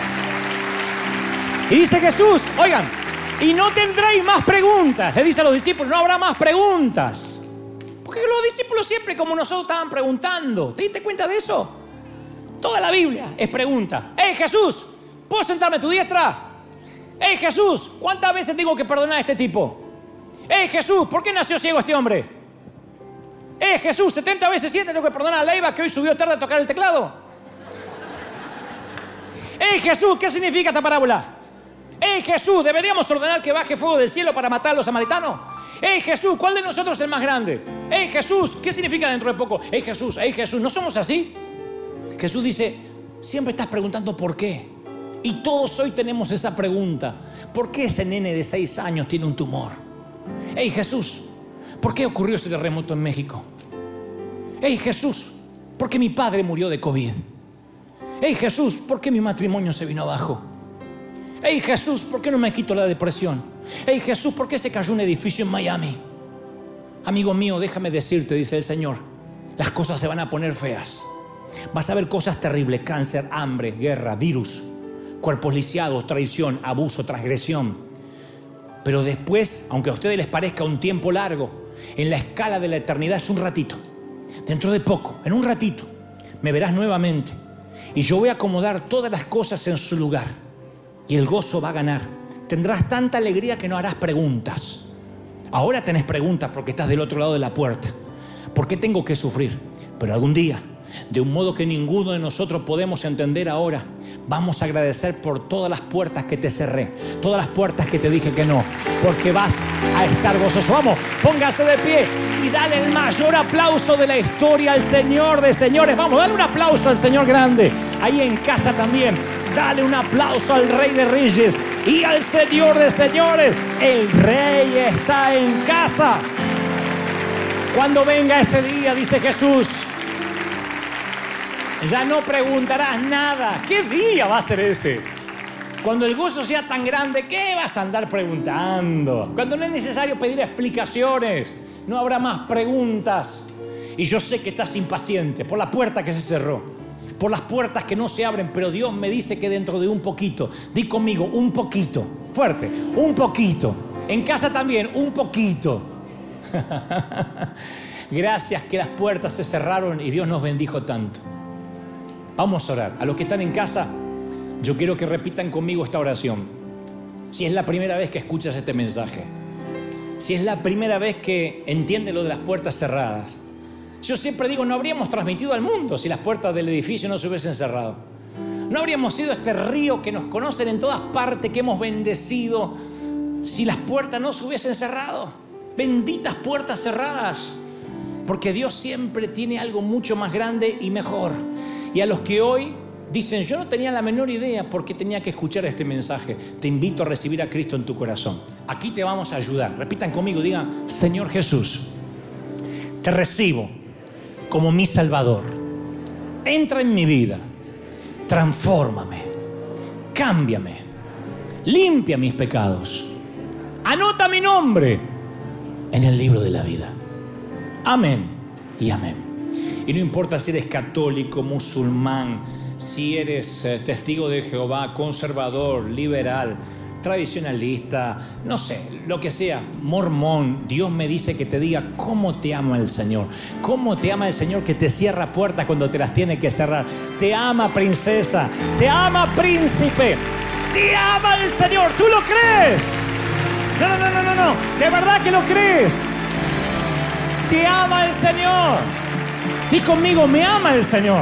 Y dice Jesús, oigan, y no tendréis más preguntas. Le dice a los discípulos, no habrá más preguntas. Porque los discípulos siempre como nosotros estaban preguntando. ¿Te diste cuenta de eso? Toda la Biblia es pregunta. ¡Hey Jesús! ¿Puedo sentarme a tu diestra? ¡Hey Jesús! ¿Cuántas veces tengo que perdonar a este tipo? ¡Hey Jesús! ¿Por qué nació ciego este hombre? ¡Hey Jesús! 70 veces 7 tengo que perdonar a Leiva que hoy subió tarde a tocar el teclado. ¡Hey Jesús! ¿Qué significa esta parábola? ¡Hey Jesús! ¿Deberíamos ordenar que baje fuego del cielo para matar a los samaritanos? ¡Hey Jesús! ¿Cuál de nosotros es el más grande? ¡Hey Jesús! ¿Qué significa dentro de poco? ¡Hey Jesús! ¡Hey Jesús! ¿No somos así? Jesús dice, siempre estás preguntando por qué. Y todos hoy tenemos esa pregunta. ¿Por qué ese nene de 6 años tiene un tumor? ¡Hey Jesús! ¿Por qué ocurrió ese terremoto en México? ¡Hey Jesús! ¿Por qué mi padre murió de COVID? ¡Hey Jesús! ¿Por qué mi matrimonio se vino abajo? ¡Hey Jesús! ¿Por qué no me quito la depresión? ¡Hey Jesús! ¿Por qué se cayó un edificio en Miami? Amigo mío, déjame decirte, dice el Señor, las cosas se van a poner feas. Vas a ver cosas terribles, cáncer, hambre, guerra, virus, cuerpos lisiados, traición, abuso, transgresión. Pero después, aunque a ustedes les parezca un tiempo largo, en la escala de la eternidad es un ratito. Dentro de poco, en un ratito, me verás nuevamente. Y yo voy a acomodar todas las cosas en su lugar. Y el gozo va a ganar. Tendrás tanta alegría que no harás preguntas. Ahora tenés preguntas porque estás del otro lado de la puerta. ¿Por qué tengo que sufrir? Pero algún día, de un modo que ninguno de nosotros podemos entender ahora, vamos a agradecer por todas las puertas que te cerré, todas las puertas que te dije que no, porque vas a estar gozoso. Vamos, póngase de pie y dale el mayor aplauso de la historia al Señor de señores. Vamos, dale un aplauso al Señor grande. Ahí en casa también, dale un aplauso al Rey de Reyes y al Señor de señores. El Rey está en casa. Cuando venga ese día, dice Jesús, ya no preguntarás nada. ¿Qué día va a ser ese? Cuando el gozo sea tan grande, ¿qué vas a andar preguntando? Cuando no es necesario pedir explicaciones, no habrá más preguntas. Y yo sé que estás impaciente por la puerta que se cerró, por las puertas que no se abren, pero Dios me dice que dentro de un poquito, di conmigo, un poquito, fuerte, un poquito. En casa también, un poquito. Gracias que las puertas se cerraron y Dios nos bendijo tanto. Vamos a orar. A los que están en casa, yo quiero que repitan conmigo esta oración. Si es la primera vez que escuchas este mensaje, si es la primera vez que entiendes lo de las puertas cerradas, yo siempre digo, no habríamos transmitido al mundo si las puertas del edificio no se hubiesen cerrado. No habríamos sido este río que nos conocen en todas partes, que hemos bendecido, si las puertas no se hubiesen cerrado. Benditas puertas cerradas, porque Dios siempre tiene algo mucho más grande y mejor. Y a los que hoy dicen, yo no tenía la menor idea por qué tenía que escuchar este mensaje, te invito a recibir a Cristo en tu corazón. Aquí te vamos a ayudar. Repitan conmigo, digan, Señor Jesús, te recibo como mi Salvador. Entra en mi vida, transfórmame, cámbiame. limpia mis pecados, anota mi nombre en el libro de la vida. Amén y amén. Y no importa si eres católico, musulmán, si eres testigo de Jehová, conservador, liberal, tradicionalista, no sé, lo que sea, mormón, Dios me dice que te diga cómo te ama el Señor. Cómo te ama el Señor, que te cierra puertas cuando te las tiene que cerrar. Te ama, princesa. Te ama, príncipe. Te ama el Señor. ¿Tú lo crees? No. ¿De verdad que lo crees? Te ama el Señor. Di conmigo, me ama el Señor.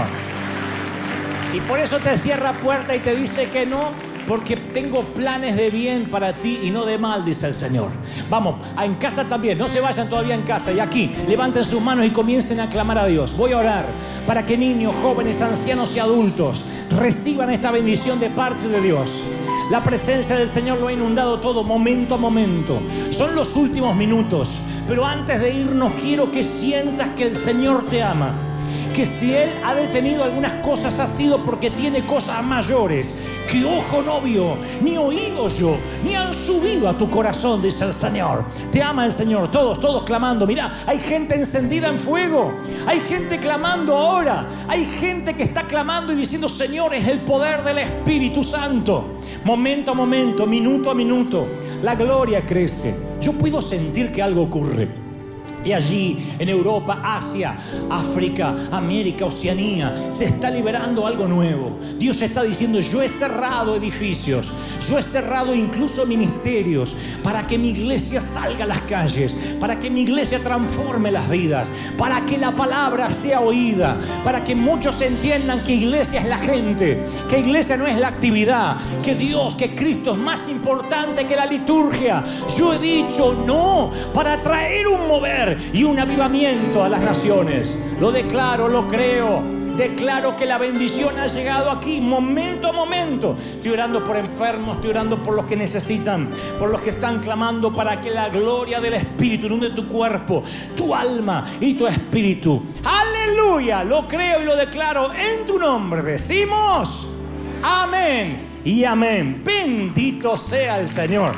Y por eso te cierra puerta y te dice que no, porque tengo planes de bien para ti y no de mal, dice el Señor. Vamos, en casa también, no se vayan todavía en casa. Y aquí, levanten sus manos y comiencen a clamar a Dios. Voy a orar para que niños, jóvenes, ancianos y adultos reciban esta bendición de parte de Dios. La presencia del Señor lo ha inundado todo, momento a momento. Son los últimos minutos, pero antes de irnos quiero que sientas que el Señor te ama. Que si Él ha detenido algunas cosas ha sido porque tiene cosas mayores que ojo no vio, ni oído yo, ni han subido a tu corazón, dice el Señor. Te ama el Señor, todos clamando. Mirá, hay gente encendida en fuego, hay gente clamando ahora, hay gente que está clamando y diciendo: Señor, es el poder del Espíritu Santo. Momento a momento, minuto a minuto, la gloria crece. Yo puedo sentir que algo ocurre. Y allí, en Europa, Asia, África, América, Oceanía, se está liberando algo nuevo. Dios está diciendo: yo he cerrado edificios, yo he cerrado incluso ministerios, para que mi iglesia salga a las calles, para que mi iglesia transforme las vidas, para que la palabra sea oída, para que muchos entiendan que iglesia es la gente, que iglesia no es la actividad, que Dios, que Cristo es más importante que la liturgia. Yo he dicho no para traer un mover y un avivamiento a las naciones. Lo declaro, lo creo. Declaro que la bendición ha llegado aquí, momento a momento. Estoy orando por enfermos, estoy orando por los que necesitan, por los que están clamando para que la gloria del Espíritu inunde tu cuerpo, tu alma y tu espíritu. ¡Aleluya! Lo creo y lo declaro en tu nombre. Decimos amén y amén. Bendito sea el Señor.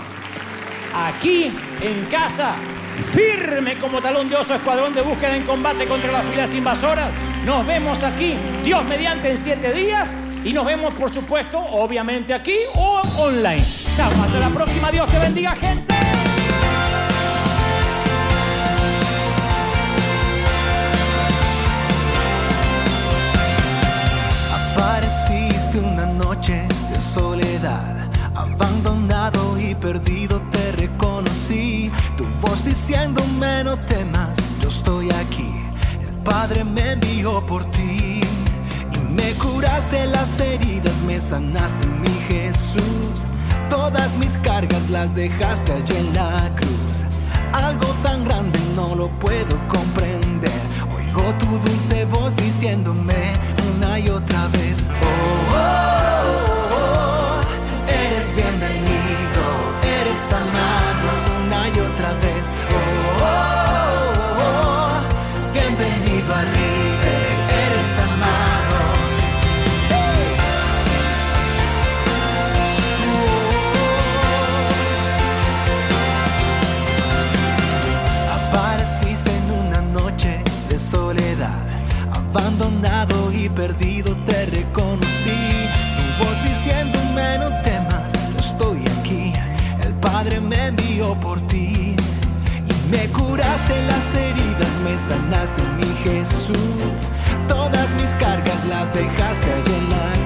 Aquí en casa, firme como talón de oso, escuadrón de búsqueda en combate contra las filas invasoras. Nos vemos aquí, Dios mediante, en 7 días. Y nos vemos, por supuesto, obviamente aquí o online. Chao, hasta la próxima. Dios te bendiga, gente. Apareciste una noche de soledad, abandonado y perdido te reconocí. Tu voz diciéndome: no temas, yo estoy aquí. El Padre me envió por ti y me curaste las heridas, me sanaste, mi Jesús. Todas mis cargas las dejaste allí en la cruz. Algo tan grande no lo puedo comprender. Oigo tu dulce voz diciéndome una y otra vez: oh, oh, oh, oh, eres bienvenido, eres amado, una y otra vez. Oh, oh, oh, oh, bienvenido a River, eres amado. Apareciste en una noche de soledad, abandonado y perdido te reconocí. Tu voz diciéndome: no temas, yo estoy aquí. El Padre me envió por ti y me curaste las heridas, me sanaste, mi Jesús. Todas mis cargas las dejaste allí en la